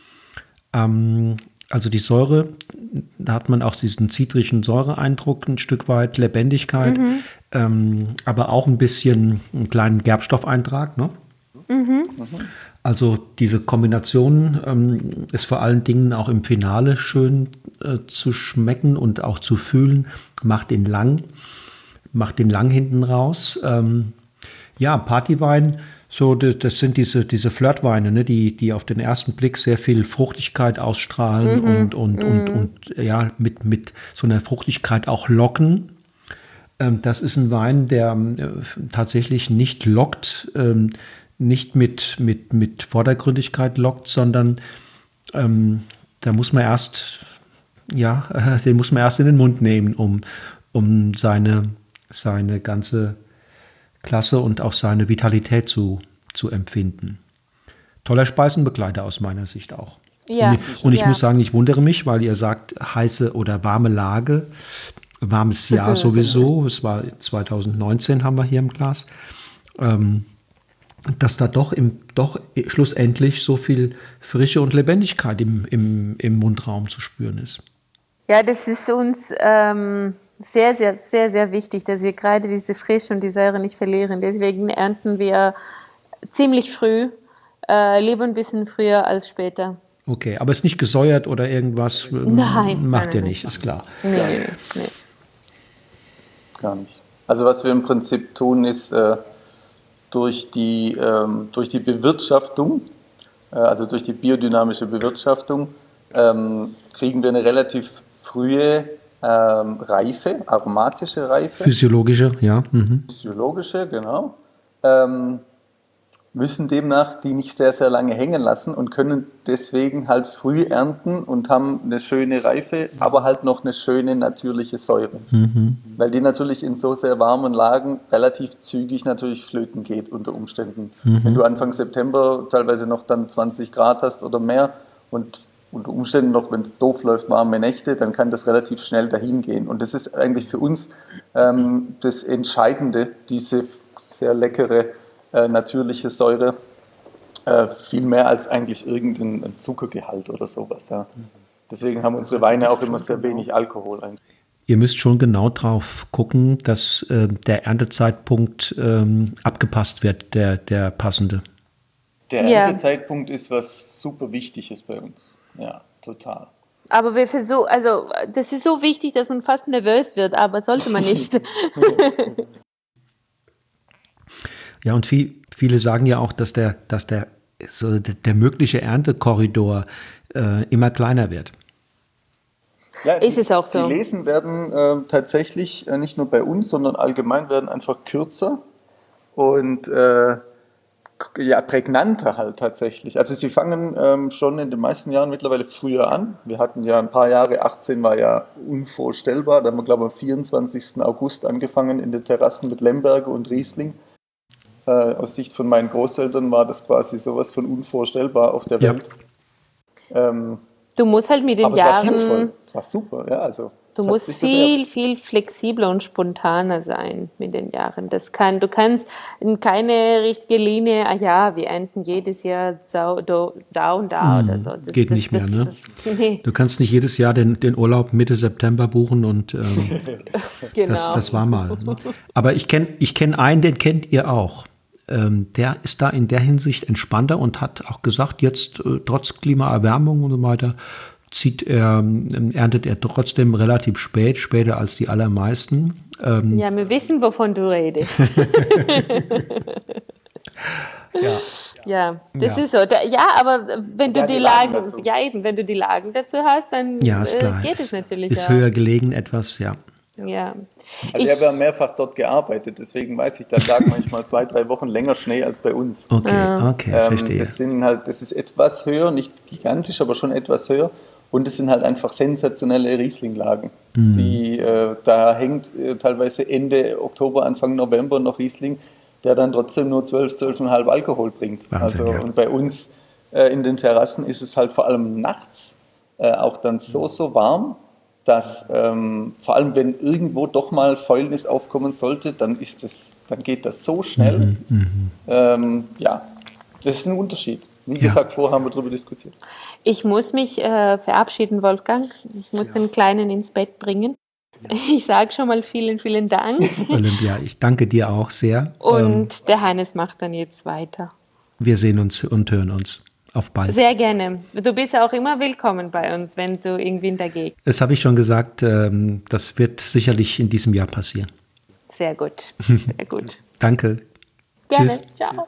Ähm, Also die Säure, da hat man auch diesen zitrigen Säureeindruck, ein Stück weit Lebendigkeit, mhm. ähm, aber auch ein bisschen einen kleinen Gerbstoffeintrag. Ne? Mhm. Also diese Kombination ähm, ist vor allen Dingen auch im Finale schön äh, zu schmecken und auch zu fühlen, macht den lang, macht den lang hinten raus. Ähm, ja, Partywein. So, das sind diese, diese Flirtweine, ne, die, die auf den ersten Blick sehr viel Fruchtigkeit ausstrahlen mhm. und, und, mhm. und, und ja, mit, mit so einer Fruchtigkeit auch locken. Ähm, das ist ein Wein, der äh, tatsächlich nicht lockt, ähm, nicht mit, mit, mit Vordergründigkeit lockt, sondern ähm, da muss man erst, ja, äh, den muss man erst in den Mund nehmen, um, um seine, seine ganze Klasse und auch seine Vitalität zu, zu empfinden. Toller Speisenbegleiter aus meiner Sicht auch. Ja, und ich, und ich ja. muss sagen, ich wundere mich, weil ihr sagt, heiße oder warme Lage, warmes Jahr sowieso, es war zwanzig neunzehn haben wir hier im Glas, ähm, dass da doch, im, doch schlussendlich so viel Frische und Lebendigkeit im, im, im Mundraum zu spüren ist. Ja, das ist uns ähm, sehr, sehr, sehr, sehr wichtig, dass wir gerade diese Frische und die Säure nicht verlieren. Deswegen ernten wir ziemlich früh, äh, lieber ein bisschen früher als später. Okay, aber ist nicht gesäuert oder irgendwas? ähm, Nein, Macht nein, ihr nein. nicht, ist klar. Nee, nee, nee. Gar nicht. Also was wir im Prinzip tun, ist äh, durch, die, ähm, durch die Bewirtschaftung, äh, also durch die biodynamische Bewirtschaftung, ähm, kriegen wir eine relativ frühe ähm, Reife, aromatische Reife, Physiologische, ja. Mhm. physiologische, genau. Ähm, müssen demnach die nicht sehr, sehr lange hängen lassen und können deswegen halt früh ernten und haben eine schöne Reife, aber halt noch eine schöne natürliche Säure. Mhm. Weil die natürlich in so sehr warmen Lagen relativ zügig natürlich flöten geht unter Umständen. Mhm. Wenn du Anfang September teilweise noch dann zwanzig Grad hast oder mehr und unter Umständen noch, wenn es doof läuft, warme Nächte, dann kann das relativ schnell dahin gehen. Und das ist eigentlich für uns ähm, das Entscheidende, diese sehr leckere äh, natürliche Säure, äh, viel mehr als eigentlich irgendein Zuckergehalt oder sowas. Ja. Deswegen haben unsere Weine auch immer sehr wenig Alkohol eigentlich. Ihr müsst schon genau drauf gucken, dass äh, der Erntezeitpunkt ähm, abgepasst wird, der, der passende. Der Ja. Erntezeitpunkt ist was super Wichtiges bei uns. Ja, total. Aber wir versuchen, also das ist so wichtig, dass man fast nervös wird, aber sollte man nicht. Ja, und viel, viele sagen ja auch, dass der, dass der, so der, der mögliche Erntekorridor äh, immer kleiner wird. Ja, Ist es auch so? Die Lesen werden äh, tatsächlich äh, nicht nur bei uns, sondern allgemein werden einfach kürzer und äh, k- ja, prägnanter halt tatsächlich. Also sie fangen ähm, schon in den meisten Jahren mittlerweile früher an. Wir hatten ja ein paar Jahre, achtzehn war ja unvorstellbar. Da haben wir, glaube ich, am vierundzwanzigsten August angefangen in den Terrassen mit Lemberge und Riesling. Äh, aus Sicht von meinen Großeltern war das quasi sowas von unvorstellbar auf der Ja. Welt. Ähm, Du musst halt mit den aber es war sinnvoll. Jahren, Es war super, ja. Also, du es hat musst sich bewährt. viel, viel flexibler und spontaner sein mit den Jahren. Das kann, du kannst in keine richtige Linie, ah ja, wir ernten jedes Jahr so, do, da und da oder so. Das, Geht das, nicht mehr, das, ne? Das, nee, Du kannst nicht jedes Jahr den, den Urlaub Mitte September buchen und ähm, genau. das, das war mal. Ne? Aber ich kenne ich kenn einen, den kennt ihr auch. Ähm, der ist da in der Hinsicht entspannter und hat auch gesagt, jetzt äh, trotz Klimaerwärmung und so weiter, zieht er, ähm, erntet er trotzdem relativ spät, später als die allermeisten. Ähm, Ja, wir wissen, wovon du redest. ja. Ja, das Ja. ist so. Da, ja, aber wenn du Ja, die die Lagen Lagen, dazu. ja eben, wenn du die Lagen dazu hast, dann Ja, ist äh, klar. geht ist, es natürlich ist auch. höher gelegen etwas, ja. Ja. Also ich habe ja mehrfach dort gearbeitet, deswegen weiß ich, da lag manchmal zwei, drei Wochen länger Schnee als bei uns. Okay, okay, Ähm, verstehe. das sind halt, das ist etwas höher, nicht gigantisch, aber schon etwas höher. Und es sind halt einfach sensationelle Rieslinglagen. Mhm. Die, äh, da hängt äh, teilweise Ende Oktober, Anfang November noch Riesling, der dann trotzdem nur zwölf, zwölf Komma fünf Alkohol bringt. Wahnsinn, also, ja. Und bei uns äh, in den Terrassen ist es halt vor allem nachts äh, auch dann so, so warm, dass ähm, vor allem wenn irgendwo doch mal Fäulnis aufkommen sollte, dann ist das, dann geht das so schnell. Mhm, Ähm, ja, das ist ein Unterschied. Wie Ja. gesagt, vorher haben wir darüber diskutiert. Ich muss mich äh, verabschieden, Wolfgang. Ich muss den Kleinen ins Bett bringen. Ich sage schon mal vielen, vielen Dank. Olympia, ich danke dir auch sehr. Und Ähm, der Hannes macht dann jetzt weiter. wir sehen uns und hören uns. Auf bald. Sehr gerne. Du bist auch immer willkommen bei uns, wenn du irgendwie in der Gegend. Das habe ich schon gesagt, ähm, das wird sicherlich in diesem Jahr passieren. Sehr gut. Sehr gut. Danke. Gerne. Tschüss. Ciao.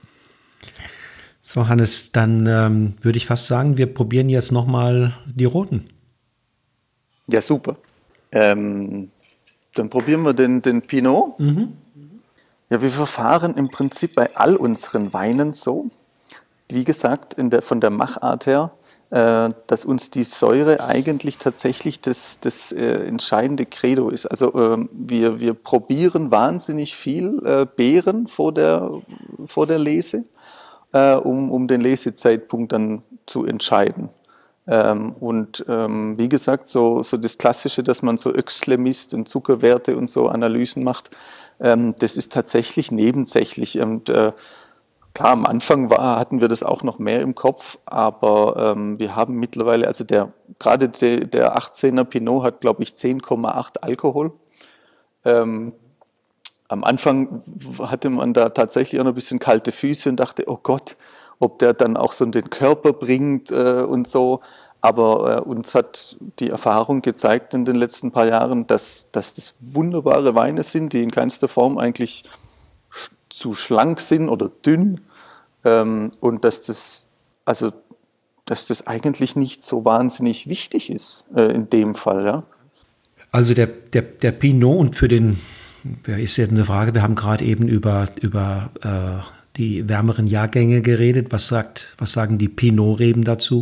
So, Hannes, dann ähm, würde ich fast sagen, wir probieren jetzt nochmal die roten. Ja, super. Ähm, dann probieren wir den, den Pinot. Ja, wir verfahren im Prinzip bei all unseren Weinen so, wie gesagt, in der, von der Machart her, äh, dass uns die Säure eigentlich tatsächlich das, das äh, entscheidende Credo ist. Also ähm, wir, wir probieren wahnsinnig viel äh, Beeren vor der, vor der Lese, äh, um, um den Lesezeitpunkt dann zu entscheiden. Ähm, und ähm, wie gesagt, so, so das Klassische, dass man so Öchsle misst und Zuckerwerte und so Analysen macht, ähm, das ist tatsächlich nebensächlich. Und äh, klar, am Anfang war, hatten wir das auch noch mehr im Kopf, aber ähm, wir haben mittlerweile, also der gerade de, der achtzehner Pinot hat, glaube ich, zehn Komma acht Alkohol. Ähm, am Anfang hatte man da tatsächlich auch noch ein bisschen kalte Füße und dachte, oh Gott. ob der dann auch so den Körper bringt äh, und so. Aber äh, uns hat die Erfahrung gezeigt in den letzten paar Jahren, dass, dass das wunderbare Weine sind, die in keinster Form eigentlich sch- zu schlank sind oder dünn. Ähm, und dass das, also, dass das eigentlich nicht so wahnsinnig wichtig ist äh, in dem Fall. Ja. Also der, der, der Pinot und für den, ist jetzt eine Frage, wir haben gerade eben über, über äh, die wärmeren Jahrgänge geredet. Was sagt, was sagen die Pinot-Reben dazu?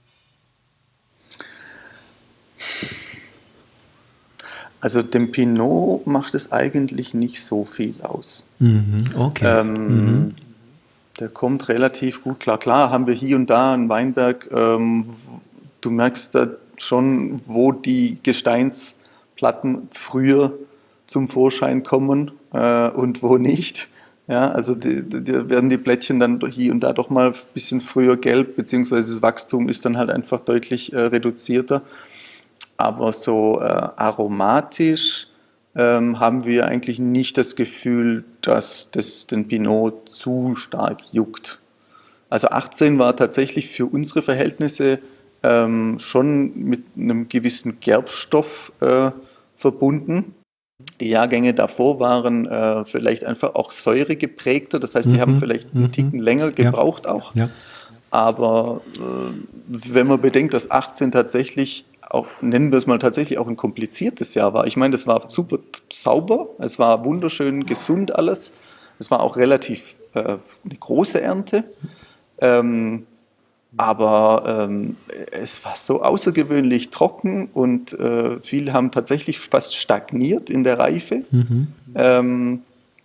Also dem Pinot macht es eigentlich nicht so viel aus. Mhm, okay. Ähm, mhm. Der kommt relativ gut klar. Klar haben wir hier und da einen Weinberg, ähm, du merkst da schon, wo die Gesteinsplatten früher zum Vorschein kommen äh, und wo nicht. Ja, also die, die werden die Blättchen dann hier und da doch mal ein bisschen früher gelb, beziehungsweise das Wachstum ist dann halt einfach deutlich äh, reduzierter. Aber so äh, aromatisch ähm, haben wir eigentlich nicht das Gefühl, dass das den Pinot zu stark juckt. Also achtzehn war tatsächlich für unsere Verhältnisse ähm, schon mit einem gewissen Gerbstoff äh, verbunden. Die Jahrgänge davor waren äh, vielleicht einfach auch säuregeprägter, das heißt, die mhm, haben vielleicht einen Ticken länger gebraucht ja, auch. Ja. Aber äh, wenn man bedenkt, dass achtzehn tatsächlich auch, nennen wir es mal tatsächlich auch ein kompliziertes Jahr war. Ich meine, das war super sauber, es war wunderschön gesund alles, es war auch relativ äh, eine große Ernte, ähm, aber ähm, es war so außergewöhnlich trocken und äh, viele haben tatsächlich fast stagniert in der Reife. Mhm. Ähm,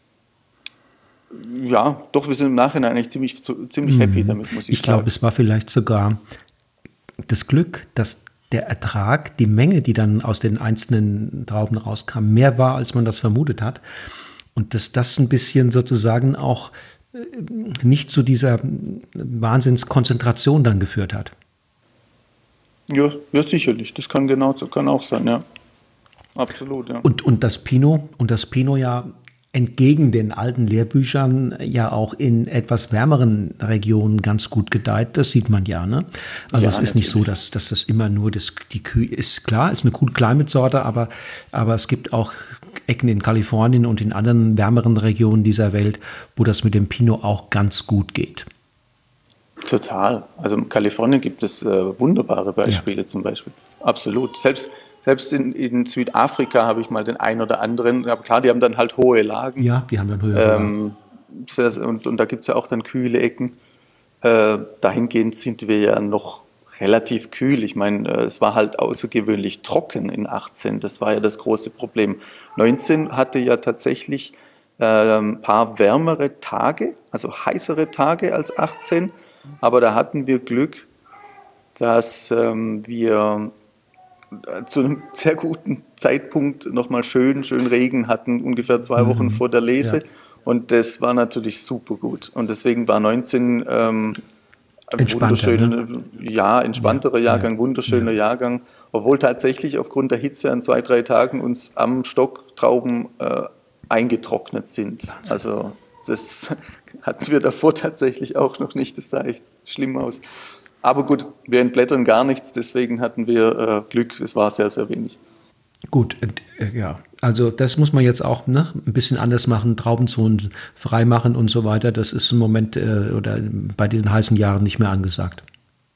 ja, doch, wir sind im Nachhinein eigentlich ziemlich, ziemlich happy damit, muss ich, ich sagen. Ich glaube, es war vielleicht sogar das Glück, dass der Ertrag, die Menge, die dann aus den einzelnen Trauben rauskam, mehr war, als man das vermutet hat. Und dass das ein bisschen sozusagen auch nicht zu dieser Wahnsinnskonzentration dann geführt hat. Ja, ja, sicherlich. Das kann genau so, kann auch sein, ja. Absolut, ja. Und, und das Pinot, und das Pinot ja entgegen den alten Lehrbüchern ja auch in etwas wärmeren Regionen ganz gut gedeiht. Das sieht man ja, ne? Also ja, es ist natürlich nicht so, dass, dass das immer nur das, die Kühe ist. Klar, ist eine Cool Climate Sorte, aber, aber es gibt auch Ecken in Kalifornien und in anderen wärmeren Regionen dieser Welt, wo das mit dem Pinot auch ganz gut geht. Total. Also in Kalifornien gibt es äh, wunderbare Beispiele ja. zum Beispiel. Absolut. Selbst Selbst in, in Südafrika habe ich mal den einen oder anderen, aber klar, die haben dann halt hohe Lagen. Ja, die haben dann höhere Lagen. Ähm, und, und da gibt es ja auch dann kühle Ecken. Äh, dahingehend sind wir ja noch relativ kühl. Ich meine, äh, es war halt außergewöhnlich trocken in achtzehn. Das war ja das große Problem. neunzehn hatte ja tatsächlich äh, ein paar wärmere Tage, also heißere Tage als achtzehn. Aber da hatten wir Glück, dass ähm, wir zu einem sehr guten Zeitpunkt nochmal schön, schön Regen hatten, ungefähr zwei Wochen mhm. vor der Lese. Ja. Und das war natürlich super gut. Und deswegen war neunzehn ähm, ein wunderschöner, ne? ja, entspannterer ja. Jahrgang, wunderschöner ja. Jahrgang. Obwohl tatsächlich aufgrund der Hitze an zwei, drei Tagen uns am Stocktrauben äh, eingetrocknet sind. Wahnsinn. Also das hatten wir davor tatsächlich auch noch nicht. Das sah echt schlimm aus. Aber gut, wir entblättern gar nichts, deswegen hatten wir äh, Glück, es war sehr, sehr wenig. Gut, äh, ja, also das muss man jetzt auch ne, ein bisschen anders machen, Traubenzonen freimachen und so weiter. Das ist im Moment äh, oder bei diesen heißen Jahren nicht mehr angesagt.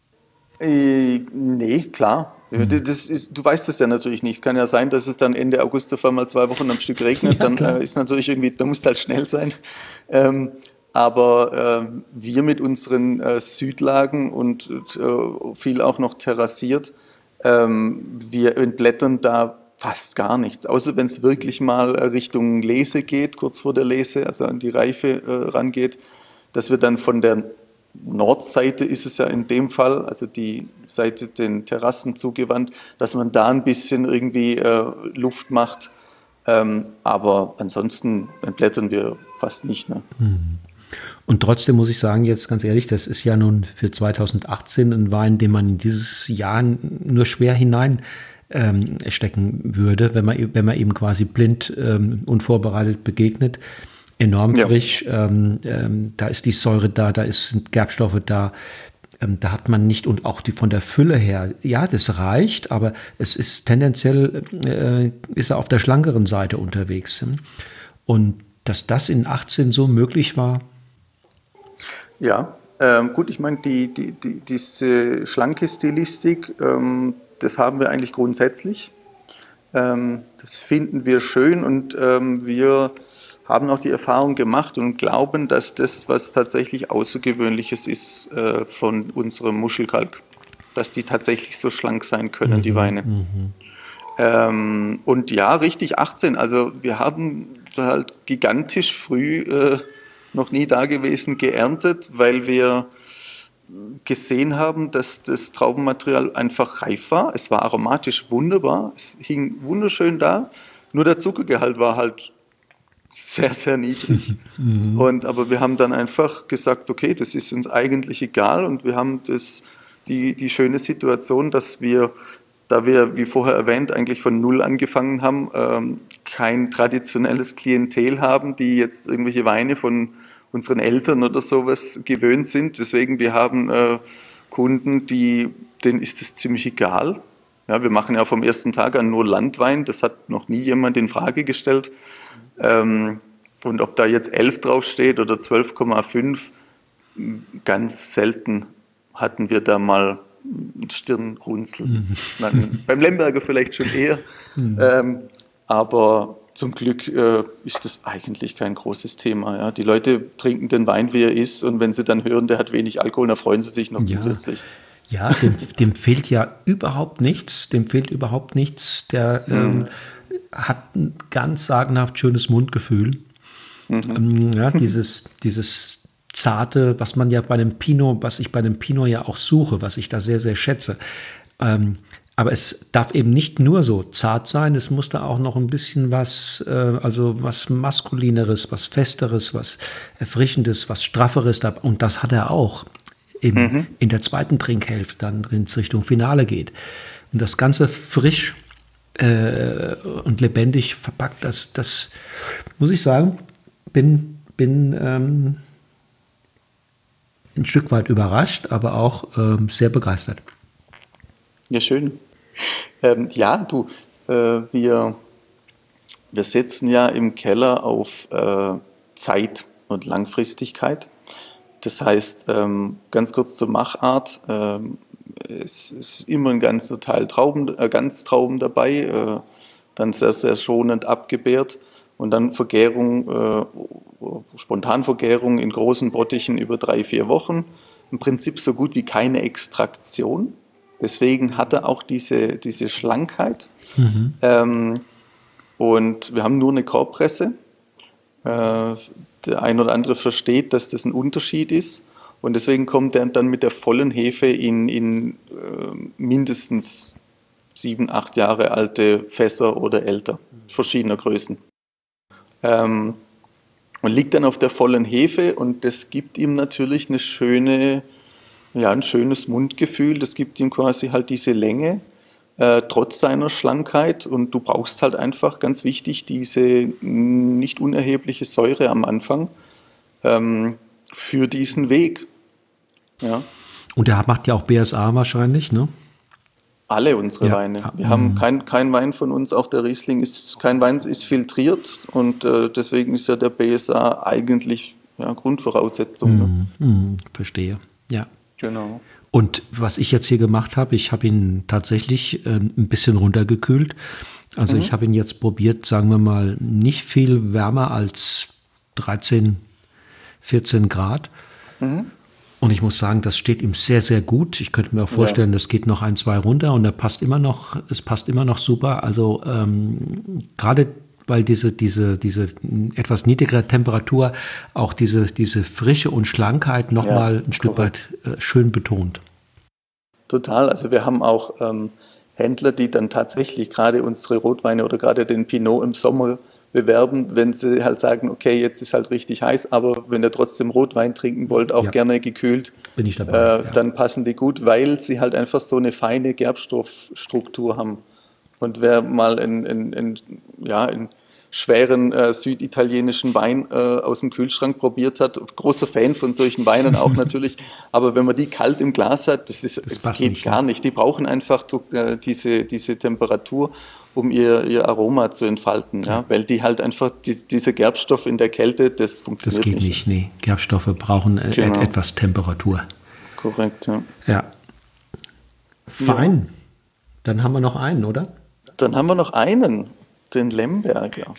Äh, nee, klar. Mhm. Das ist, du weißt es ja natürlich nicht. Es kann ja sein, dass es dann Ende August auf einmal zwei Wochen am Stück regnet. Ja, dann äh, ist natürlich irgendwie, da muss halt schnell sein. Ähm, Aber äh, wir mit unseren äh, Südlagen und äh, viel auch noch terrassiert, ähm, wir entblättern da fast gar nichts. Außer wenn es wirklich mal Richtung Lese geht, kurz vor der Lese, also an die Reife äh, rangeht, dass wir dann von der Nordseite ist es ja in dem Fall, also die Seite den Terrassen zugewandt, dass man da ein bisschen irgendwie äh, Luft macht. Ähm, aber ansonsten entblättern wir fast nicht. Ne? Mhm. Und trotzdem muss ich sagen, jetzt ganz ehrlich, das ist ja nun für zweitausendachtzehn ein Wein, den man in dieses Jahr nur schwer hinein ähm, stecken würde, wenn man, wenn man eben quasi blind ähm, unvorbereitet begegnet. enorm Ja. frisch. Ähm, ähm, da ist die Säure da, da ist, sind Gerbstoffe da. Ähm, da hat man nicht, und auch die von der Fülle her, ja, das reicht, aber es ist tendenziell, äh, ist er auf der schlankeren Seite unterwegs. Und dass das in achtzehn so möglich war. Ja, ähm, gut, ich meine, die, die, die, diese schlanke Stilistik, ähm, das haben wir eigentlich grundsätzlich. Ähm, das finden wir schön und ähm, wir haben auch die Erfahrung gemacht und glauben, dass das was tatsächlich Außergewöhnliches ist äh, von unserem Muschelkalk, dass die tatsächlich so schlank sein können, Mhm, die Weine. mhm. Ähm, und ja, richtig achtzehn, also wir haben halt gigantisch früh, äh, noch nie da gewesen, geerntet, weil wir gesehen haben, dass das Traubenmaterial einfach reif war. Es war aromatisch wunderbar, es hing wunderschön da, nur der Zuckergehalt war halt sehr, sehr niedrig. Und, aber wir haben dann einfach gesagt, okay, das ist uns eigentlich egal und wir haben das, die, die schöne Situation, dass wir, da wir, wie vorher erwähnt, eigentlich von Null angefangen haben, ähm, kein traditionelles Klientel haben, die jetzt irgendwelche Weine von unseren Eltern oder sowas gewöhnt sind. Deswegen, wir haben äh, Kunden, die, denen ist es ziemlich egal. Ja, wir machen ja vom ersten Tag an nur Landwein, das hat noch nie jemand in Frage gestellt. Ähm, und ob da jetzt elf draufsteht oder zwölf Komma fünf, ganz selten hatten wir da mal ein Stirnrunzeln. Mhm. Beim Lemberger vielleicht schon eher, mhm. ähm, aber zum Glück äh, ist das eigentlich kein großes Thema. Ja. Die Leute trinken den Wein, wie er ist, und wenn sie dann hören, der hat wenig Alkohol, dann freuen sie sich noch ja. zusätzlich. Ja, dem, dem fehlt ja überhaupt nichts, dem fehlt überhaupt nichts, der hm. ähm, hat ein ganz sagenhaft schönes Mundgefühl. Mhm. Ähm, ja, dieses, dieses zarte, was man ja bei einem Pinot, was ich bei einem Pinot ja auch suche, was ich da sehr, sehr schätze. Ähm, aber es darf eben nicht nur so zart sein, es muss da auch noch ein bisschen was, äh, also was Maskulineres, was Festeres, was Erfrischendes, was Strafferes da, und das hat er auch. Eben mhm. in der zweiten Trinkhälfte dann, wenn es Richtung Finale geht. Und das Ganze frisch äh, und lebendig verpackt, das, das muss ich sagen, bin, bin ähm, ein Stück weit überrascht, aber auch ähm, sehr begeistert. Ja, schön. Ähm, ja, du, äh, wir, wir setzen ja im Keller auf äh, Zeit und Langfristigkeit. Das heißt, ähm, ganz kurz zur Machart, ähm, es ist immer ein ganzer Teil Trauben, äh, Ganztrauben dabei, äh, dann sehr, sehr schonend abgebärt und dann Vergärung, äh, Spontanvergärung in großen Bottichen über drei, vier Wochen. Im Prinzip so gut wie keine Extraktion. Deswegen hat er auch diese, diese Schlankheit. Mhm. Ähm, und wir haben nur eine Korbpresse. Äh, der ein oder andere versteht, dass das ein Unterschied ist. Und deswegen kommt er dann mit der vollen Hefe in, in äh, mindestens sieben, acht Jahre alte Fässer oder älter, verschiedener Größen. Ähm, und liegt dann auf der vollen Hefe und das gibt ihm natürlich eine schöne, ja, ein schönes Mundgefühl. Das gibt ihm quasi halt diese Länge, äh, trotz seiner Schlankheit. Und du brauchst halt einfach, ganz wichtig, diese nicht unerhebliche Säure am Anfang ähm, für diesen Weg. Ja. Und er macht ja auch B S A wahrscheinlich, ne? Alle unsere ja. Weine. Wir mhm. haben kein, kein Wein von uns, auch der Riesling ist, kein Wein ist filtriert und äh, deswegen ist ja der B S A eigentlich ja, Grundvoraussetzung. Mhm. Ne? Mhm. Verstehe, ja. Genau. Und was ich jetzt hier gemacht habe, ich habe ihn tatsächlich äh, ein bisschen runtergekühlt. Also mhm. ich habe ihn jetzt probiert, sagen wir mal, nicht viel wärmer als dreizehn, vierzehn Grad. Mhm. Und ich muss sagen, das steht ihm sehr, sehr gut. Ich könnte mir auch vorstellen, ja. das geht noch ein, zwei runter und er passt immer noch, es passt immer noch super. Also ähm, gerade weil diese, diese, diese etwas niedrigere Temperatur auch diese, diese Frische und Schlankheit nochmal ja, ein Stück korrekt. weit äh, schön betont. Total. Also wir haben auch ähm, Händler, die dann tatsächlich gerade unsere Rotweine oder gerade den Pinot im Sommer bewerben, wenn sie halt sagen, okay, jetzt ist halt richtig heiß, aber wenn ihr trotzdem Rotwein trinken wollt, auch ja. gerne gekühlt, bin ich dabei, äh, ja. dann passen die gut, weil sie halt einfach so eine feine Gerbstoffstruktur haben. Und wer mal in, in, in, ja, in schweren äh, süditalienischen Wein äh, aus dem Kühlschrank probiert hat. Großer Fan von solchen Weinen auch natürlich. Aber wenn man die kalt im Glas hat, das, ist, das, das geht nicht, gar nicht. Die brauchen einfach äh, diese, diese Temperatur, um ihr, ihr Aroma zu entfalten. Ja? Weil die halt einfach, die, diese Gerbstoff in der Kälte, das funktioniert nicht. Das geht nicht, nicht. Nee. Gerbstoffe brauchen äh, genau. etwas Temperatur. Korrekt, ja. Ja. Fein. Ja. Dann haben wir noch einen, oder? Dann haben wir noch einen, den Lemberger.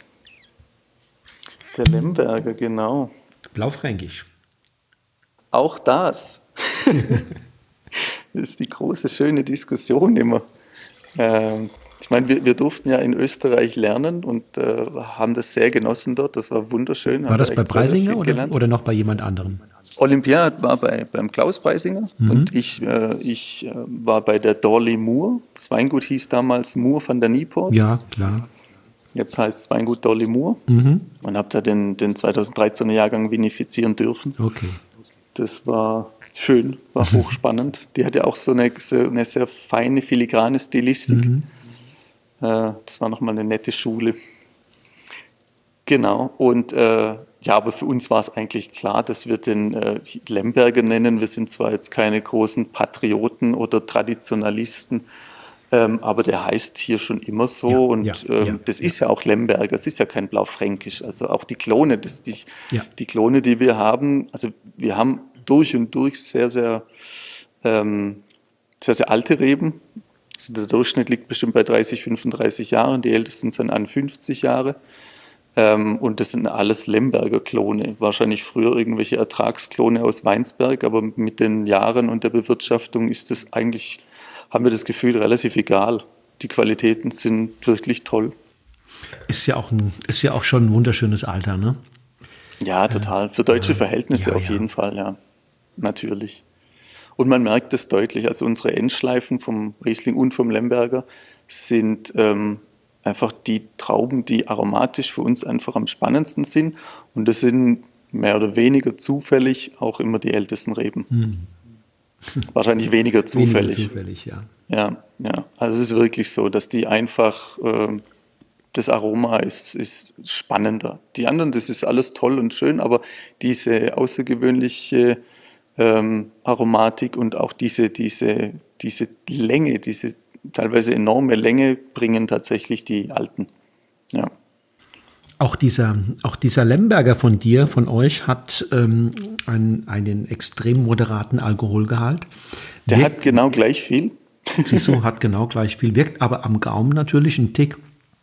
Der Lemberger, genau. Blaufränkisch. Auch das. Das ist die große, schöne Diskussion immer. Ähm, ich meine, wir, wir durften ja in Österreich lernen und äh, haben das sehr genossen dort. Das war wunderschön. War das bei Preisinger oder, oder noch bei jemand anderem? Olympiad war bei, beim Klaus Preisinger mhm. und ich, äh, ich äh, war bei der Dorley Moore. Das Weingut hieß damals Moore van der Niepoort. Ja, klar. Jetzt heißt es Weingut Dorley Moore mhm. und habe da den, den zweitausenddreizehner Jahrgang vinifizieren dürfen. Okay. Das war schön, war hochspannend. Die hatte auch so eine, so eine sehr feine, filigrane Stilistik. Mhm. Äh, das war nochmal eine nette Schule. Genau, und äh, ja, aber für uns war es eigentlich klar, dass wir den äh, Lemberger nennen. Wir sind zwar jetzt keine großen Patrioten oder Traditionalisten, ähm, aber der heißt hier schon immer so ja, und ja, ähm, ja, das ja. ist ja auch Lemberger, es ist ja kein Blaufränkisch. Also auch die Klone, das, die, ja. die Klone, die wir haben, also wir haben durch und durch sehr, sehr, ähm, sehr, sehr alte Reben. Also der Durchschnitt liegt bestimmt bei dreißig, fünfunddreißig Jahren, die ältesten sind an fünfzig Jahre. Ähm, und das sind alles Lemberger Klone, wahrscheinlich früher irgendwelche Ertragsklone aus Weinsberg, aber mit den Jahren und der Bewirtschaftung ist das eigentlich, haben wir das Gefühl, relativ egal. Die Qualitäten sind wirklich toll. Ist ja auch, ein, ist ja auch schon ein wunderschönes Alter, ne? Ja, total. Für deutsche Verhältnisse ja, auf ja. jeden Fall, ja. Natürlich. Und man merkt es deutlich. Also unsere Endschleifen vom Riesling und vom Lemberger sind ähm, einfach die Trauben, die aromatisch für uns einfach am spannendsten sind. Und das sind mehr oder weniger zufällig auch immer die ältesten Reben. Hm. Wahrscheinlich weniger zufällig. Weniger zufällig, ja. Ja, ja. Also es ist wirklich so, dass die einfach, äh, das Aroma ist, ist spannender. Die anderen, das ist alles toll und schön, aber diese außergewöhnliche ähm, Aromatik und auch diese, diese, diese Länge, diese teilweise enorme Länge bringen tatsächlich die Alten. Ja. Auch dieser, auch dieser Lemberger von dir, von euch, hat ähm, einen, einen extrem moderaten Alkoholgehalt. Der wirkt, hat genau gleich viel. Siehst du, hat genau gleich viel, wirkt aber am Gaumen natürlich ein Tick,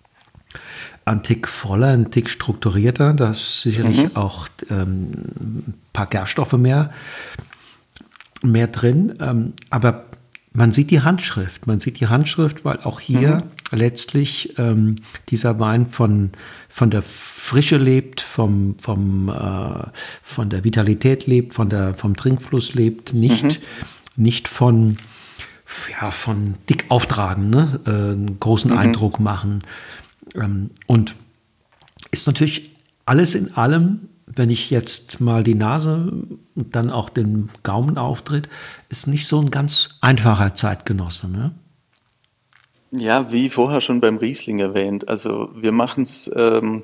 ein Tick voller, ein Tick strukturierter. Da ist sicherlich mhm. auch ähm, ein paar Gärstoffe mehr, mehr drin. Ähm, aber man sieht die Handschrift, man sieht die Handschrift, weil auch hier mhm. letztlich ähm, dieser Wein von, von der Frische lebt, vom, vom, äh, von der Vitalität lebt, von der, vom Trinkfluss lebt, nicht, mhm. nicht von, ja, von dick auftragen, ne? äh, einen großen mhm. Eindruck machen. Ähm, und ist natürlich alles in allem, wenn ich jetzt mal die Nase und dann auch den Gaumen auftritt, ist nicht so ein ganz einfacher Zeitgenosse, ne? Ja, wie vorher schon beim Riesling erwähnt. Also wir machen es ähm,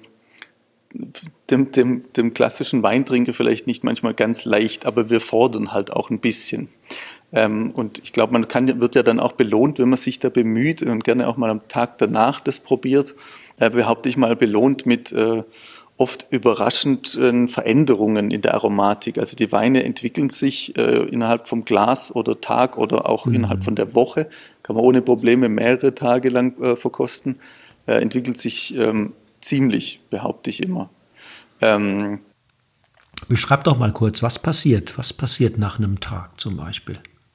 dem, dem, dem klassischen Weintrinker vielleicht nicht manchmal ganz leicht, aber wir fordern halt auch ein bisschen. Ähm, und ich glaube, man kann, wird ja dann auch belohnt, wenn man sich da bemüht und gerne auch mal am Tag danach das probiert, äh, behaupte ich mal, belohnt mit äh, oft überraschenden Veränderungen in der Aromatik. Also die Weine entwickeln sich äh, innerhalb vom Glas oder Tag oder auch mhm. innerhalb von der Woche. Kann man ohne Probleme mehrere Tage lang äh, verkosten. Äh, entwickelt sich ähm, ziemlich, behaupte ich immer. Ähm, Beschreib doch mal kurz, was passiert? Was passiert nach einem Tag zum Beispiel?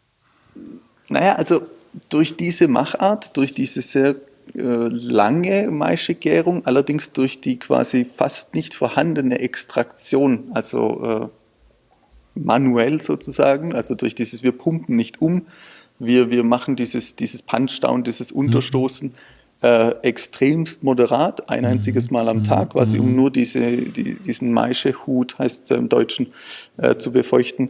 Naja, also durch diese Machart, durch diese sehr äh, lange Maischegärung, allerdings durch die quasi fast nicht vorhandene Extraktion, also äh, manuell sozusagen, also durch dieses, wir pumpen nicht um, wir, wir machen dieses, dieses Punchdown, dieses Unterstoßen mhm. äh, extremst moderat, ein einziges Mal am Tag, quasi um nur diese, die, diesen Maischehut, heißt es im Deutschen, äh, zu befeuchten.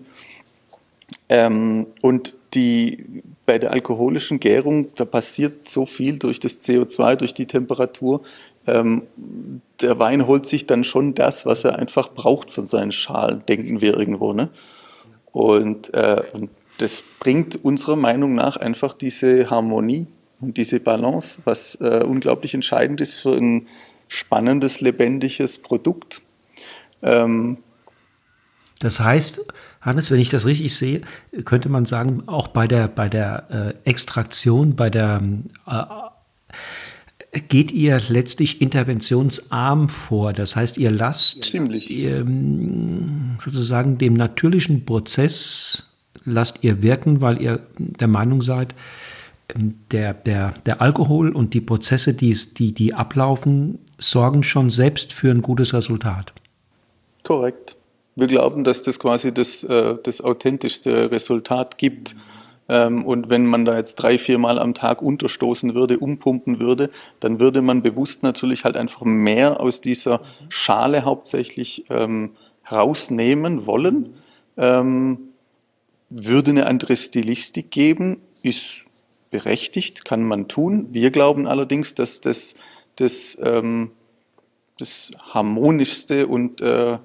Ähm, und die, bei der alkoholischen Gärung, da passiert so viel durch das C O zwei, durch die Temperatur, ähm, der Wein holt sich dann schon das, was er einfach braucht von seinen Schalen, denken wir irgendwo. Ne? Und, äh, und das bringt unserer Meinung nach einfach diese Harmonie und diese Balance, was äh, unglaublich entscheidend ist für ein spannendes, lebendiges Produkt. Ähm, Das heißt, Hannes, wenn ich das richtig sehe, könnte man sagen, auch bei der, bei der äh, Extraktion, bei der äh, geht ihr letztlich interventionsarm vor. Das heißt, ihr lasst Ziemlich. Ihr, sozusagen dem natürlichen Prozess lasst ihr wirken, weil ihr der Meinung seid, der, der, der Alkohol und die Prozesse, die, die, die ablaufen, sorgen schon selbst für ein gutes Resultat. Korrekt. Wir glauben, dass das quasi das, äh, das authentischste Resultat gibt. Ähm, und wenn man da jetzt drei, vier Mal am Tag unterstoßen würde, umpumpen würde, dann würde man bewusst natürlich halt einfach mehr aus dieser Schale hauptsächlich ähm, rausnehmen wollen. Ähm, würde eine andere Stilistik geben, ist berechtigt, kann man tun. Wir glauben allerdings, dass das das, ähm, das harmonischste und äh,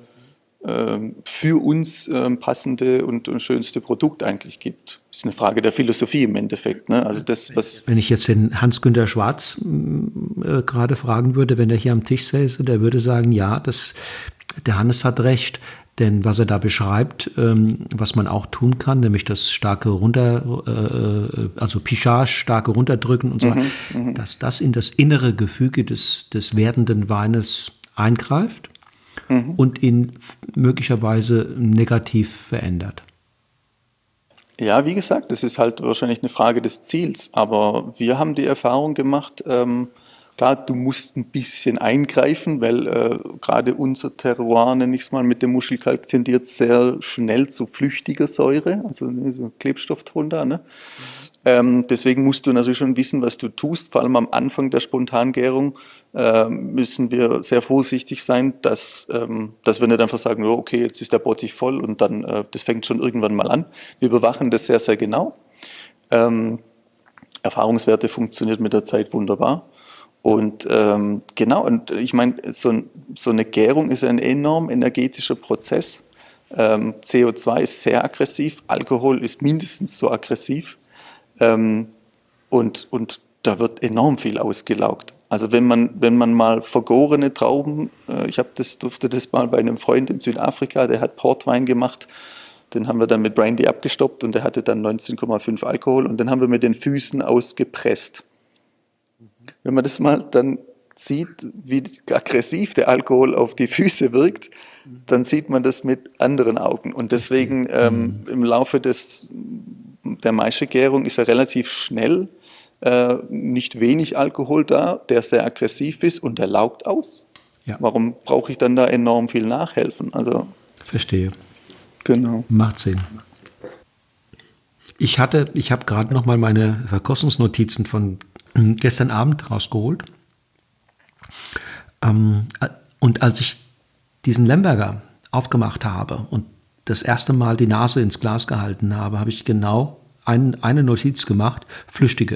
für uns passende und schönste Produkt eigentlich gibt. Das ist eine Frage der Philosophie im Endeffekt. Ne? Also das, was wenn ich jetzt den Hans-Günter Schwarz äh, gerade fragen würde, wenn er hier am Tisch säße, der würde sagen, ja, das, der Hannes hat recht. Denn was er da beschreibt, ähm, was man auch tun kann, nämlich das starke runter, äh, also Pichage, starke runterdrücken und so weiter, mhm, dass das in das innere Gefüge des, des werdenden Weines eingreift. Mhm. Und ihn möglicherweise negativ verändert. Ja, wie gesagt, das ist halt wahrscheinlich eine Frage des Ziels. Aber wir haben die Erfahrung gemacht, ähm, klar, du musst ein bisschen eingreifen, weil äh, gerade unser Terroir, nenne ich es mal, mit dem Muschelkalk tendiert sehr schnell zu flüchtiger Säure, also ne, so Klebstoffton da. Ne? Ähm, deswegen musst du natürlich schon wissen, was du tust. Vor allem am Anfang der Spontangärung äh, müssen wir sehr vorsichtig sein, dass, ähm, dass wir nicht einfach sagen, oh, okay, jetzt ist der Bottich voll und dann, äh, das fängt schon irgendwann mal an. Wir überwachen das sehr, sehr genau. Ähm, Erfahrungswerte funktioniert mit der Zeit wunderbar. Und ähm, genau, und ich meine, so, so eine Gärung ist ein enorm energetischer Prozess. Ähm, C O zwei ist sehr aggressiv, Alkohol ist mindestens so aggressiv. Ähm, und, und da wird enorm viel ausgelaugt. Also wenn man, wenn man mal vergorene Trauben, äh, ich hab das, durfte das mal bei einem Freund in Südafrika, der hat Portwein gemacht, den haben wir dann mit Brandy abgestoppt und der hatte dann neunzehn Komma fünf Alkohol und den haben wir mit den Füßen ausgepresst. Wenn man das mal dann sieht, wie aggressiv der Alkohol auf die Füße wirkt, dann sieht man das mit anderen Augen. Und deswegen ähm, im Laufe des, der Maischegärung ist er relativ schnell, äh, nicht wenig Alkohol da, der sehr aggressiv ist und der laugt aus. Ja. Warum brauche ich dann da enorm viel nachhelfen? Also, verstehe. Genau. Macht Sinn. Ich hatte, ich habe gerade noch mal meine Verkostungsnotizen von gestern Abend rausgeholt. Ähm, und als ich diesen Lemberger aufgemacht habe und das erste Mal die Nase ins Glas gehalten habe, habe ich genau ein, eine Notiz gemacht, flüchtige.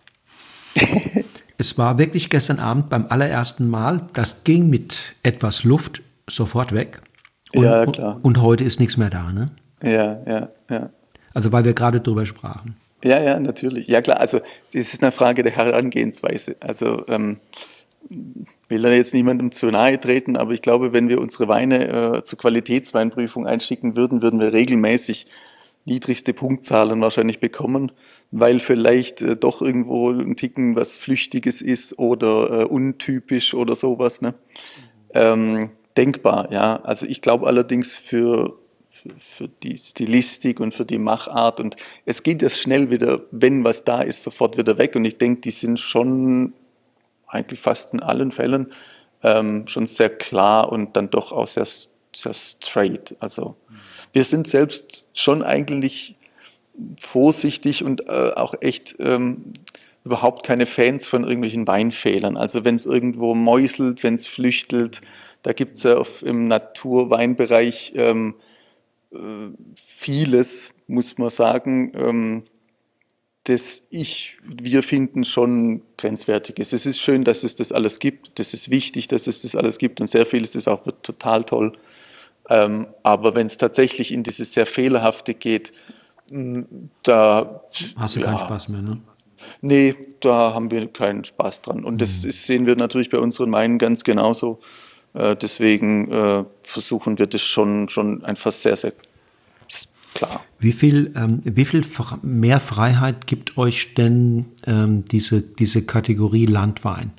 Es war wirklich gestern Abend beim allerersten Mal, das ging mit etwas Luft sofort weg. Und, ja, klar. Und, und heute ist nichts mehr da, ne? Ja, ja, ja. Also weil wir gerade drüber sprachen. Ja, ja, natürlich. Ja, klar, also es ist eine Frage der Herangehensweise. Also ähm, will da jetzt niemandem zu nahe treten, aber ich glaube, wenn wir unsere Weine äh, zur Qualitätsweinprüfung einschicken würden, würden wir regelmäßig niedrigste Punktzahlen wahrscheinlich bekommen, weil vielleicht äh, doch irgendwo ein Ticken was Flüchtiges ist oder äh, untypisch oder sowas. Ne? Ähm, denkbar, ja. Also ich glaube allerdings für für die Stilistik und für die Machart und es geht jetzt schnell wieder, wenn was da ist, sofort wieder weg und ich denke, die sind schon eigentlich fast in allen Fällen ähm, schon sehr klar und dann doch auch sehr, sehr straight. Also wir sind selbst schon eigentlich vorsichtig und äh, auch echt ähm, überhaupt keine Fans von irgendwelchen Weinfehlern. Also wenn es irgendwo mäuselt, wenn es flüchtelt, da gibt es ja auf, im Naturweinbereich ähm, vieles, muss man sagen, ähm, das ich, wir finden schon grenzwertig ist. Es ist schön, dass es das alles gibt. Das ist wichtig, dass es das alles gibt und sehr vieles ist auch total toll. Ähm, aber wenn es tatsächlich in dieses sehr Fehlerhafte geht, da hast du ja, keinen Spaß mehr, ne? Nee, da haben wir keinen Spaß dran. Und das ist, sehen wir natürlich bei unseren Weinen ganz genauso. Äh, deswegen äh, versuchen wir das schon, schon einfach sehr, sehr klar. Wie viel, ähm, wie viel mehr Freiheit gibt euch denn ähm, diese, diese Kategorie Landwein?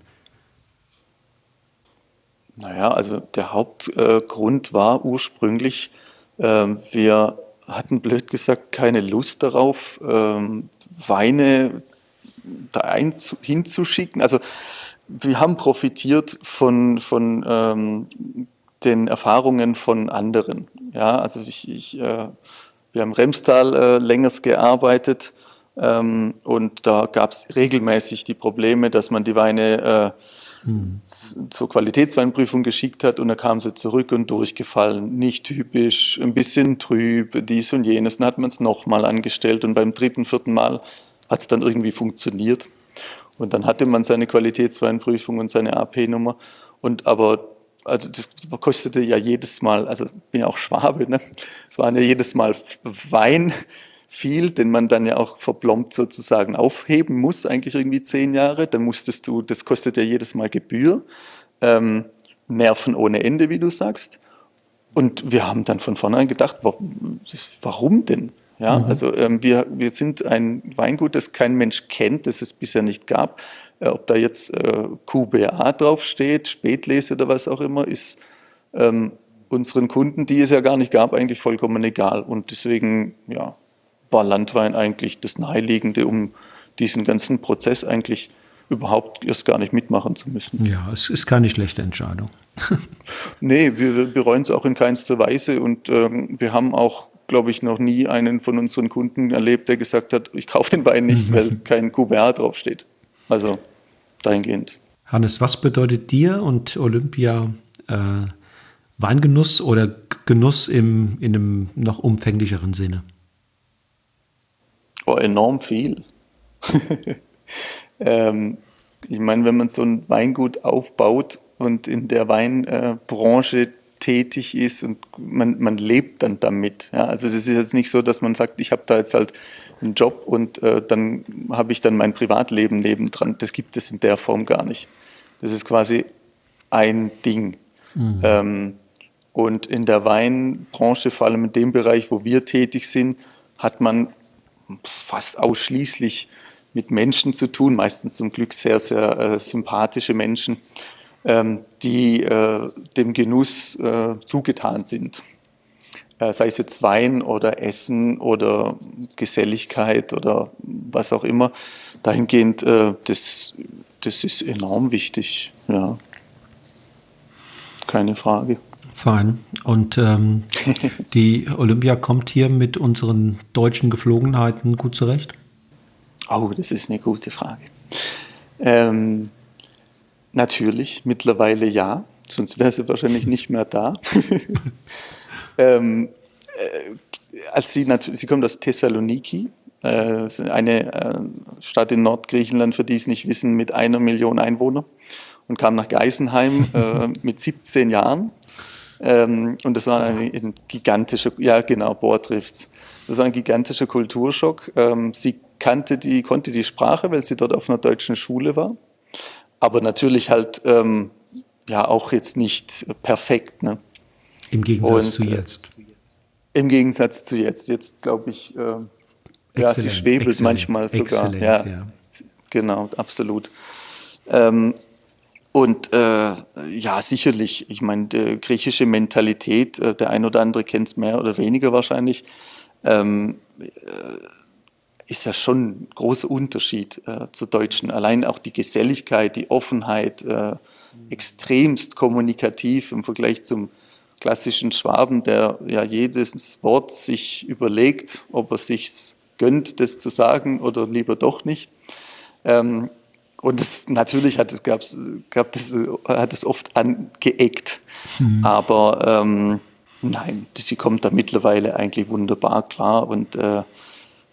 Naja, also der Hauptgrund äh, war ursprünglich, äh, wir hatten blöd gesagt keine Lust darauf, ähm, Weine da ein, hinzuschicken. Also wir haben profitiert von, von ähm, den Erfahrungen von anderen. Ja, also ich, ich, äh, wir haben Remstal äh, längers gearbeitet ähm, und da gab es regelmäßig die Probleme, dass man die Weine äh, hm. zur Qualitätsweinprüfung geschickt hat und da kamen sie zurück und durchgefallen. Nicht typisch, ein bisschen trüb, dies und jenes. Dann hat man es nochmal angestellt und beim dritten, vierten Mal hat es dann irgendwie funktioniert. Und dann hatte man seine Qualitätsweinprüfung und seine A P-Nummer. Und aber, also das kostete ja jedes Mal, also ich bin ja auch Schwabe, ne? Es waren ja jedes Mal Wein viel, den man dann ja auch verplombt sozusagen aufheben muss, eigentlich irgendwie zehn Jahre. Dann musstest du, das kostet ja jedes Mal Gebühr. Ähm, Nerven ohne Ende, wie du sagst. Und wir haben dann von vornherein gedacht, warum, warum denn? Ja, mhm. Also ähm, wir, wir sind ein Weingut, das kein Mensch kennt, das es bisher nicht gab. Äh, ob da jetzt äh, Q B A draufsteht, Spätlese oder was auch immer, ist ähm, unseren Kunden, die es ja gar nicht gab, eigentlich vollkommen egal. Und deswegen ja, war Landwein eigentlich das Naheliegende, um diesen ganzen Prozess eigentlich überhaupt erst gar nicht mitmachen zu müssen. Ja, es ist keine schlechte Entscheidung. Nee, wir, wir bereuen es auch in keinster Weise und ähm, wir haben auch, glaube ich, noch nie einen von unseren Kunden erlebt, der gesagt hat, ich kaufe den Wein nicht, weil kein Q B A draufsteht. Also dahingehend. Hannes, was bedeutet dir und Olympia äh, Weingenuss oder Genuss im, in einem noch umfänglicheren Sinne? Oh, enorm viel. ähm, ich meine, wenn man so ein Weingut aufbaut und in der Weinbranche äh, tätig ist und man, man lebt dann damit. Ja? Also es ist jetzt nicht so, dass man sagt, ich habe da jetzt halt einen Job und äh, dann habe ich dann mein Privatleben nebendran. Das gibt es in der Form gar nicht. Das ist quasi ein Ding. Mhm. Ähm, und in der Weinbranche, vor allem in dem Bereich, wo wir tätig sind, hat man fast ausschließlich mit Menschen zu tun, meistens zum Glück sehr, sehr äh, sympathische Menschen, ähm, die äh, dem Genuss äh, zugetan sind. Äh, sei es jetzt Wein oder Essen oder Geselligkeit oder was auch immer. Dahingehend, äh, das, das ist enorm wichtig. Ja. Keine Frage. Fein. Und ähm, die Olympia kommt hier mit unseren deutschen Geflogenheiten gut zurecht? Oh, das ist eine gute Frage. Ähm, natürlich, mittlerweile ja, sonst wäre sie wahrscheinlich nicht mehr da. ähm, äh, als sie, sie kommt aus Thessaloniki, äh, eine äh, Stadt in Nordgriechenland, für die es nicht wissen, mit einer Million Einwohnern, und kam nach Geisenheim äh, mit siebzehn Jahren. Ähm, und das war ein, ein gigantischer, ja genau, Bohr trifft's. Das war ein gigantischer Kulturschock. Ähm, sie kannte die, konnte die Sprache, weil sie dort auf einer deutschen Schule war. Aber natürlich halt, ähm, ja, auch jetzt nicht perfekt. Ne? Im Gegensatz Und, zu jetzt. Äh, Im Gegensatz zu jetzt. Jetzt glaube ich, äh, ja, sie schwebelt excellent, manchmal sogar. Ja, ja, genau, absolut. Ähm, Und äh, ja, sicherlich, ich meine, die griechische Mentalität, äh, der ein oder andere kennt es mehr oder weniger wahrscheinlich, ähm, äh, ist ja schon ein großer Unterschied äh, zur deutschen. Allein auch die Geselligkeit, die Offenheit, äh, extremst kommunikativ im Vergleich zum klassischen Schwaben, der ja jedes Wort sich überlegt, ob er sich gönnt, das zu sagen oder lieber doch nicht. Ähm, Und das, natürlich hat es, gab's, gab das, hat es oft angeeckt. Mhm. Aber ähm, nein, sie kommt da mittlerweile eigentlich wunderbar klar. Und äh,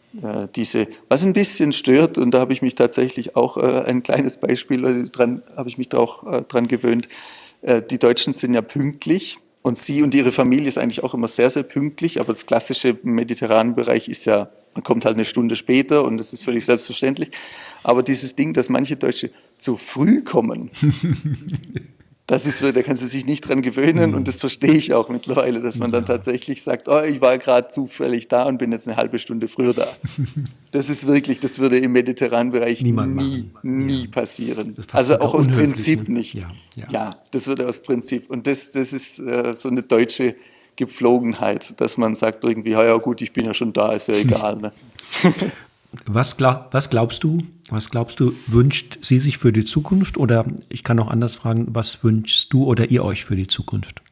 äh, diese, was ein bisschen stört, und da habe ich mich tatsächlich auch äh, ein kleines Beispiel, also dran habe ich mich da auch äh, dran gewöhnt. Äh, die Deutschen sind ja pünktlich. Und sie und ihre Familie ist eigentlich auch immer sehr, sehr pünktlich, aber das klassische im mediterranen Bereich ist ja, man kommt halt eine Stunde später und das ist völlig selbstverständlich. Aber dieses Ding, dass manche Deutsche zu früh kommen, das ist, da kann sie sich nicht dran gewöhnen und das verstehe ich auch mittlerweile, dass man dann tatsächlich sagt, oh, ich war gerade zufällig da und bin jetzt eine halbe Stunde früher da. Das ist wirklich, das würde im mediterranen Bereich Niemand nie, machen. nie ja. passieren. Also auch aus Prinzip ne? nicht. Ja, ja. ja, das würde aus Prinzip. Und das, das ist äh, so eine deutsche Gepflogenheit, dass man sagt irgendwie, ja, ja gut, ich bin ja schon da, ist ja egal. Ne? Was, glaub, was glaubst du, was glaubst du, wünscht sie sich für die Zukunft? Oder ich kann auch anders fragen, was wünschst du oder ihr euch für die Zukunft?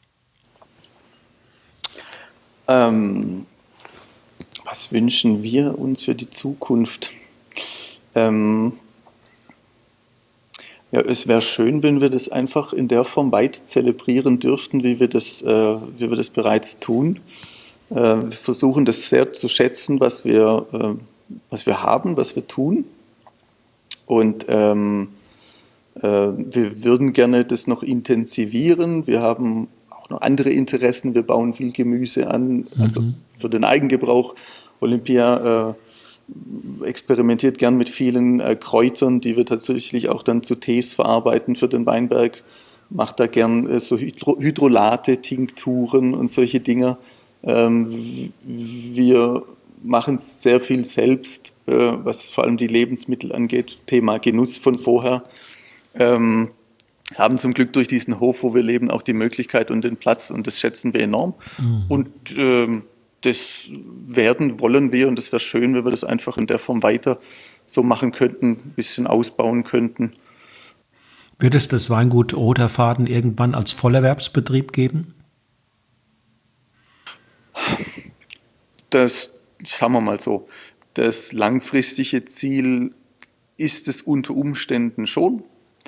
Ähm, was wünschen wir uns für die Zukunft? Ähm, ja, es wäre schön, wenn wir das einfach in der Form weiter zelebrieren dürften, wie wir das, äh, wie wir das bereits tun. Äh, wir versuchen das sehr zu schätzen, was wir äh, was wir haben, was wir tun. Und ähm, äh, wir würden gerne das noch intensivieren. Wir haben auch noch andere Interessen. Wir bauen viel Gemüse an, also mhm. für den Eigengebrauch. Olympia äh, experimentiert gern mit vielen äh, Kräutern, die wir tatsächlich auch dann zu Tees verarbeiten für den Weinberg. Macht da gern äh, so Hydro- Hydrolate, Tinkturen und solche Dinge. Ähm, wir machen sehr viel selbst, äh, was vor allem die Lebensmittel angeht. Thema Genuss von vorher. Ähm, haben zum Glück durch diesen Hof, wo wir leben, auch die Möglichkeit und den Platz und das schätzen wir enorm. Mhm. Und ähm, das werden, wollen wir und das wäre schön, wenn wir das einfach in der Form weiter so machen könnten, ein bisschen ausbauen könnten. Wird es das Weingut Roter Faden irgendwann als Vollerwerbsbetrieb geben? Das sagen wir mal so, das langfristige Ziel ist es unter Umständen schon.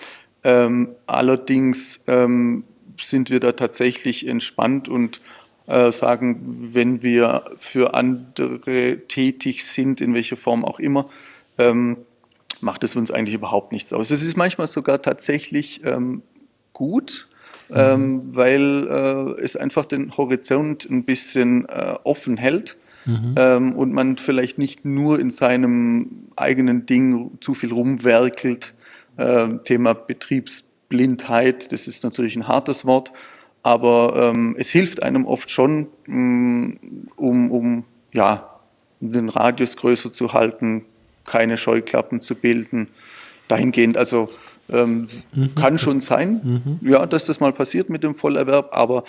Ähm, allerdings ähm, sind wir da tatsächlich entspannt und äh, sagen, wenn wir für andere tätig sind, in welcher Form auch immer, ähm, macht es uns eigentlich überhaupt nichts aus. Es ist manchmal sogar tatsächlich ähm, gut, mhm. ähm, weil äh, es einfach den Horizont ein bisschen äh, offen hält. Mhm. Ähm, und man vielleicht nicht nur in seinem eigenen Ding zu viel rumwerkelt. Ähm, Thema Betriebsblindheit, das ist natürlich ein hartes Wort, aber ähm, es hilft einem oft schon, um, um ja, den Radius größer zu halten, keine Scheuklappen zu bilden. Dahingehend, also ähm, mhm. kann schon sein, mhm. ja, dass das mal passiert mit dem Vollerwerb, aber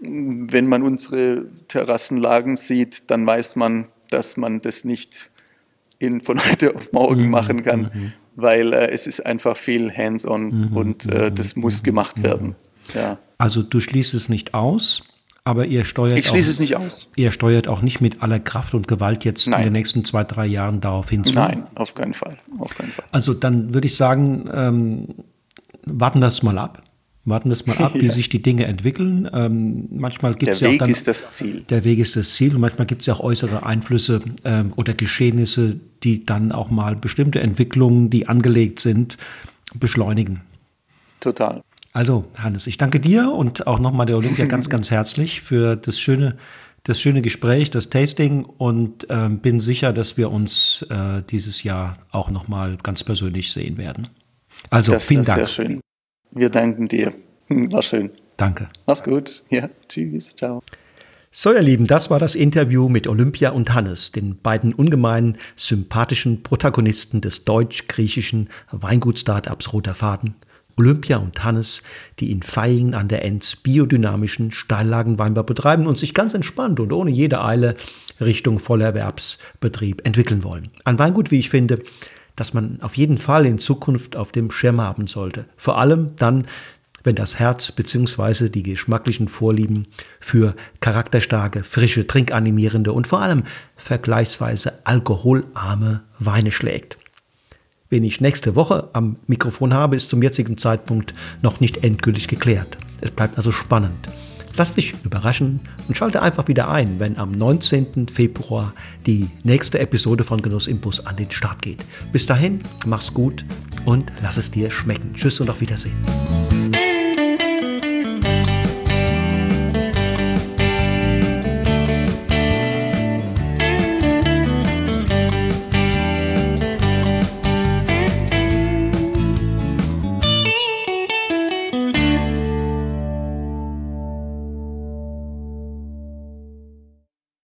wenn man unsere Terrassenlagen sieht, dann weiß man, dass man das nicht in, von heute auf morgen mhm. machen kann, mhm. weil äh, es ist einfach viel hands-on mhm. und äh, das muss gemacht werden. Ja. Also du schließt es nicht aus, aber ihr steuert ich schließe auch, es nicht aus. Ihr steuert auch nicht mit aller Kraft und Gewalt jetzt Nein. in den nächsten zwei, drei Jahren darauf hinzu. Nein, auf keinen Fall. Auf keinen Fall. Also dann würde ich sagen, ähm, warten wir es mal ab. Warten wir es mal ab, ja. wie sich die Dinge entwickeln. Ähm, manchmal gibt's der ja Weg auch dann, ist das Ziel. Der Weg ist das Ziel. Und manchmal gibt es ja auch äußere Einflüsse ähm, oder Geschehnisse, die dann auch mal bestimmte Entwicklungen, die angelegt sind, beschleunigen. Total. Also, Hannes, ich danke dir und auch nochmal der Olympia ganz, ganz herzlich für das schöne, das schöne Gespräch, das Tasting und ähm, bin sicher, dass wir uns äh, dieses Jahr auch nochmal ganz persönlich sehen werden. Also, das vielen Dank. Sehr schön. Wir danken dir. War schön. Danke. Mach's gut. Ja, tschüss. Ciao. So, ihr Lieben, das war das Interview mit Olympia und Hannes, den beiden ungemein sympathischen Protagonisten des deutsch-griechischen Weingut-Startups Roter Faden. Olympia und Hannes, die in Vaihingen an der Enz biodynamischen Steillagenweinbau betreiben und sich ganz entspannt und ohne jede Eile Richtung Vollerwerbsbetrieb entwickeln wollen. Ein Weingut, wie ich finde, das man auf jeden Fall in Zukunft auf dem Schirm haben sollte. Vor allem dann, wenn das Herz bzw. die geschmacklichen Vorlieben für charakterstarke, frische, trinkanimierende und vor allem vergleichsweise alkoholarme Weine schlägt. Wen ich nächste Woche am Mikrofon habe, ist zum jetzigen Zeitpunkt noch nicht endgültig geklärt. Es bleibt also spannend. Lass dich überraschen und schalte einfach wieder ein, wenn am neunzehnten Februar die nächste Episode von Genussimpuls an den Start geht. Bis dahin, mach's gut und lass es dir schmecken. Tschüss und auf Wiedersehen.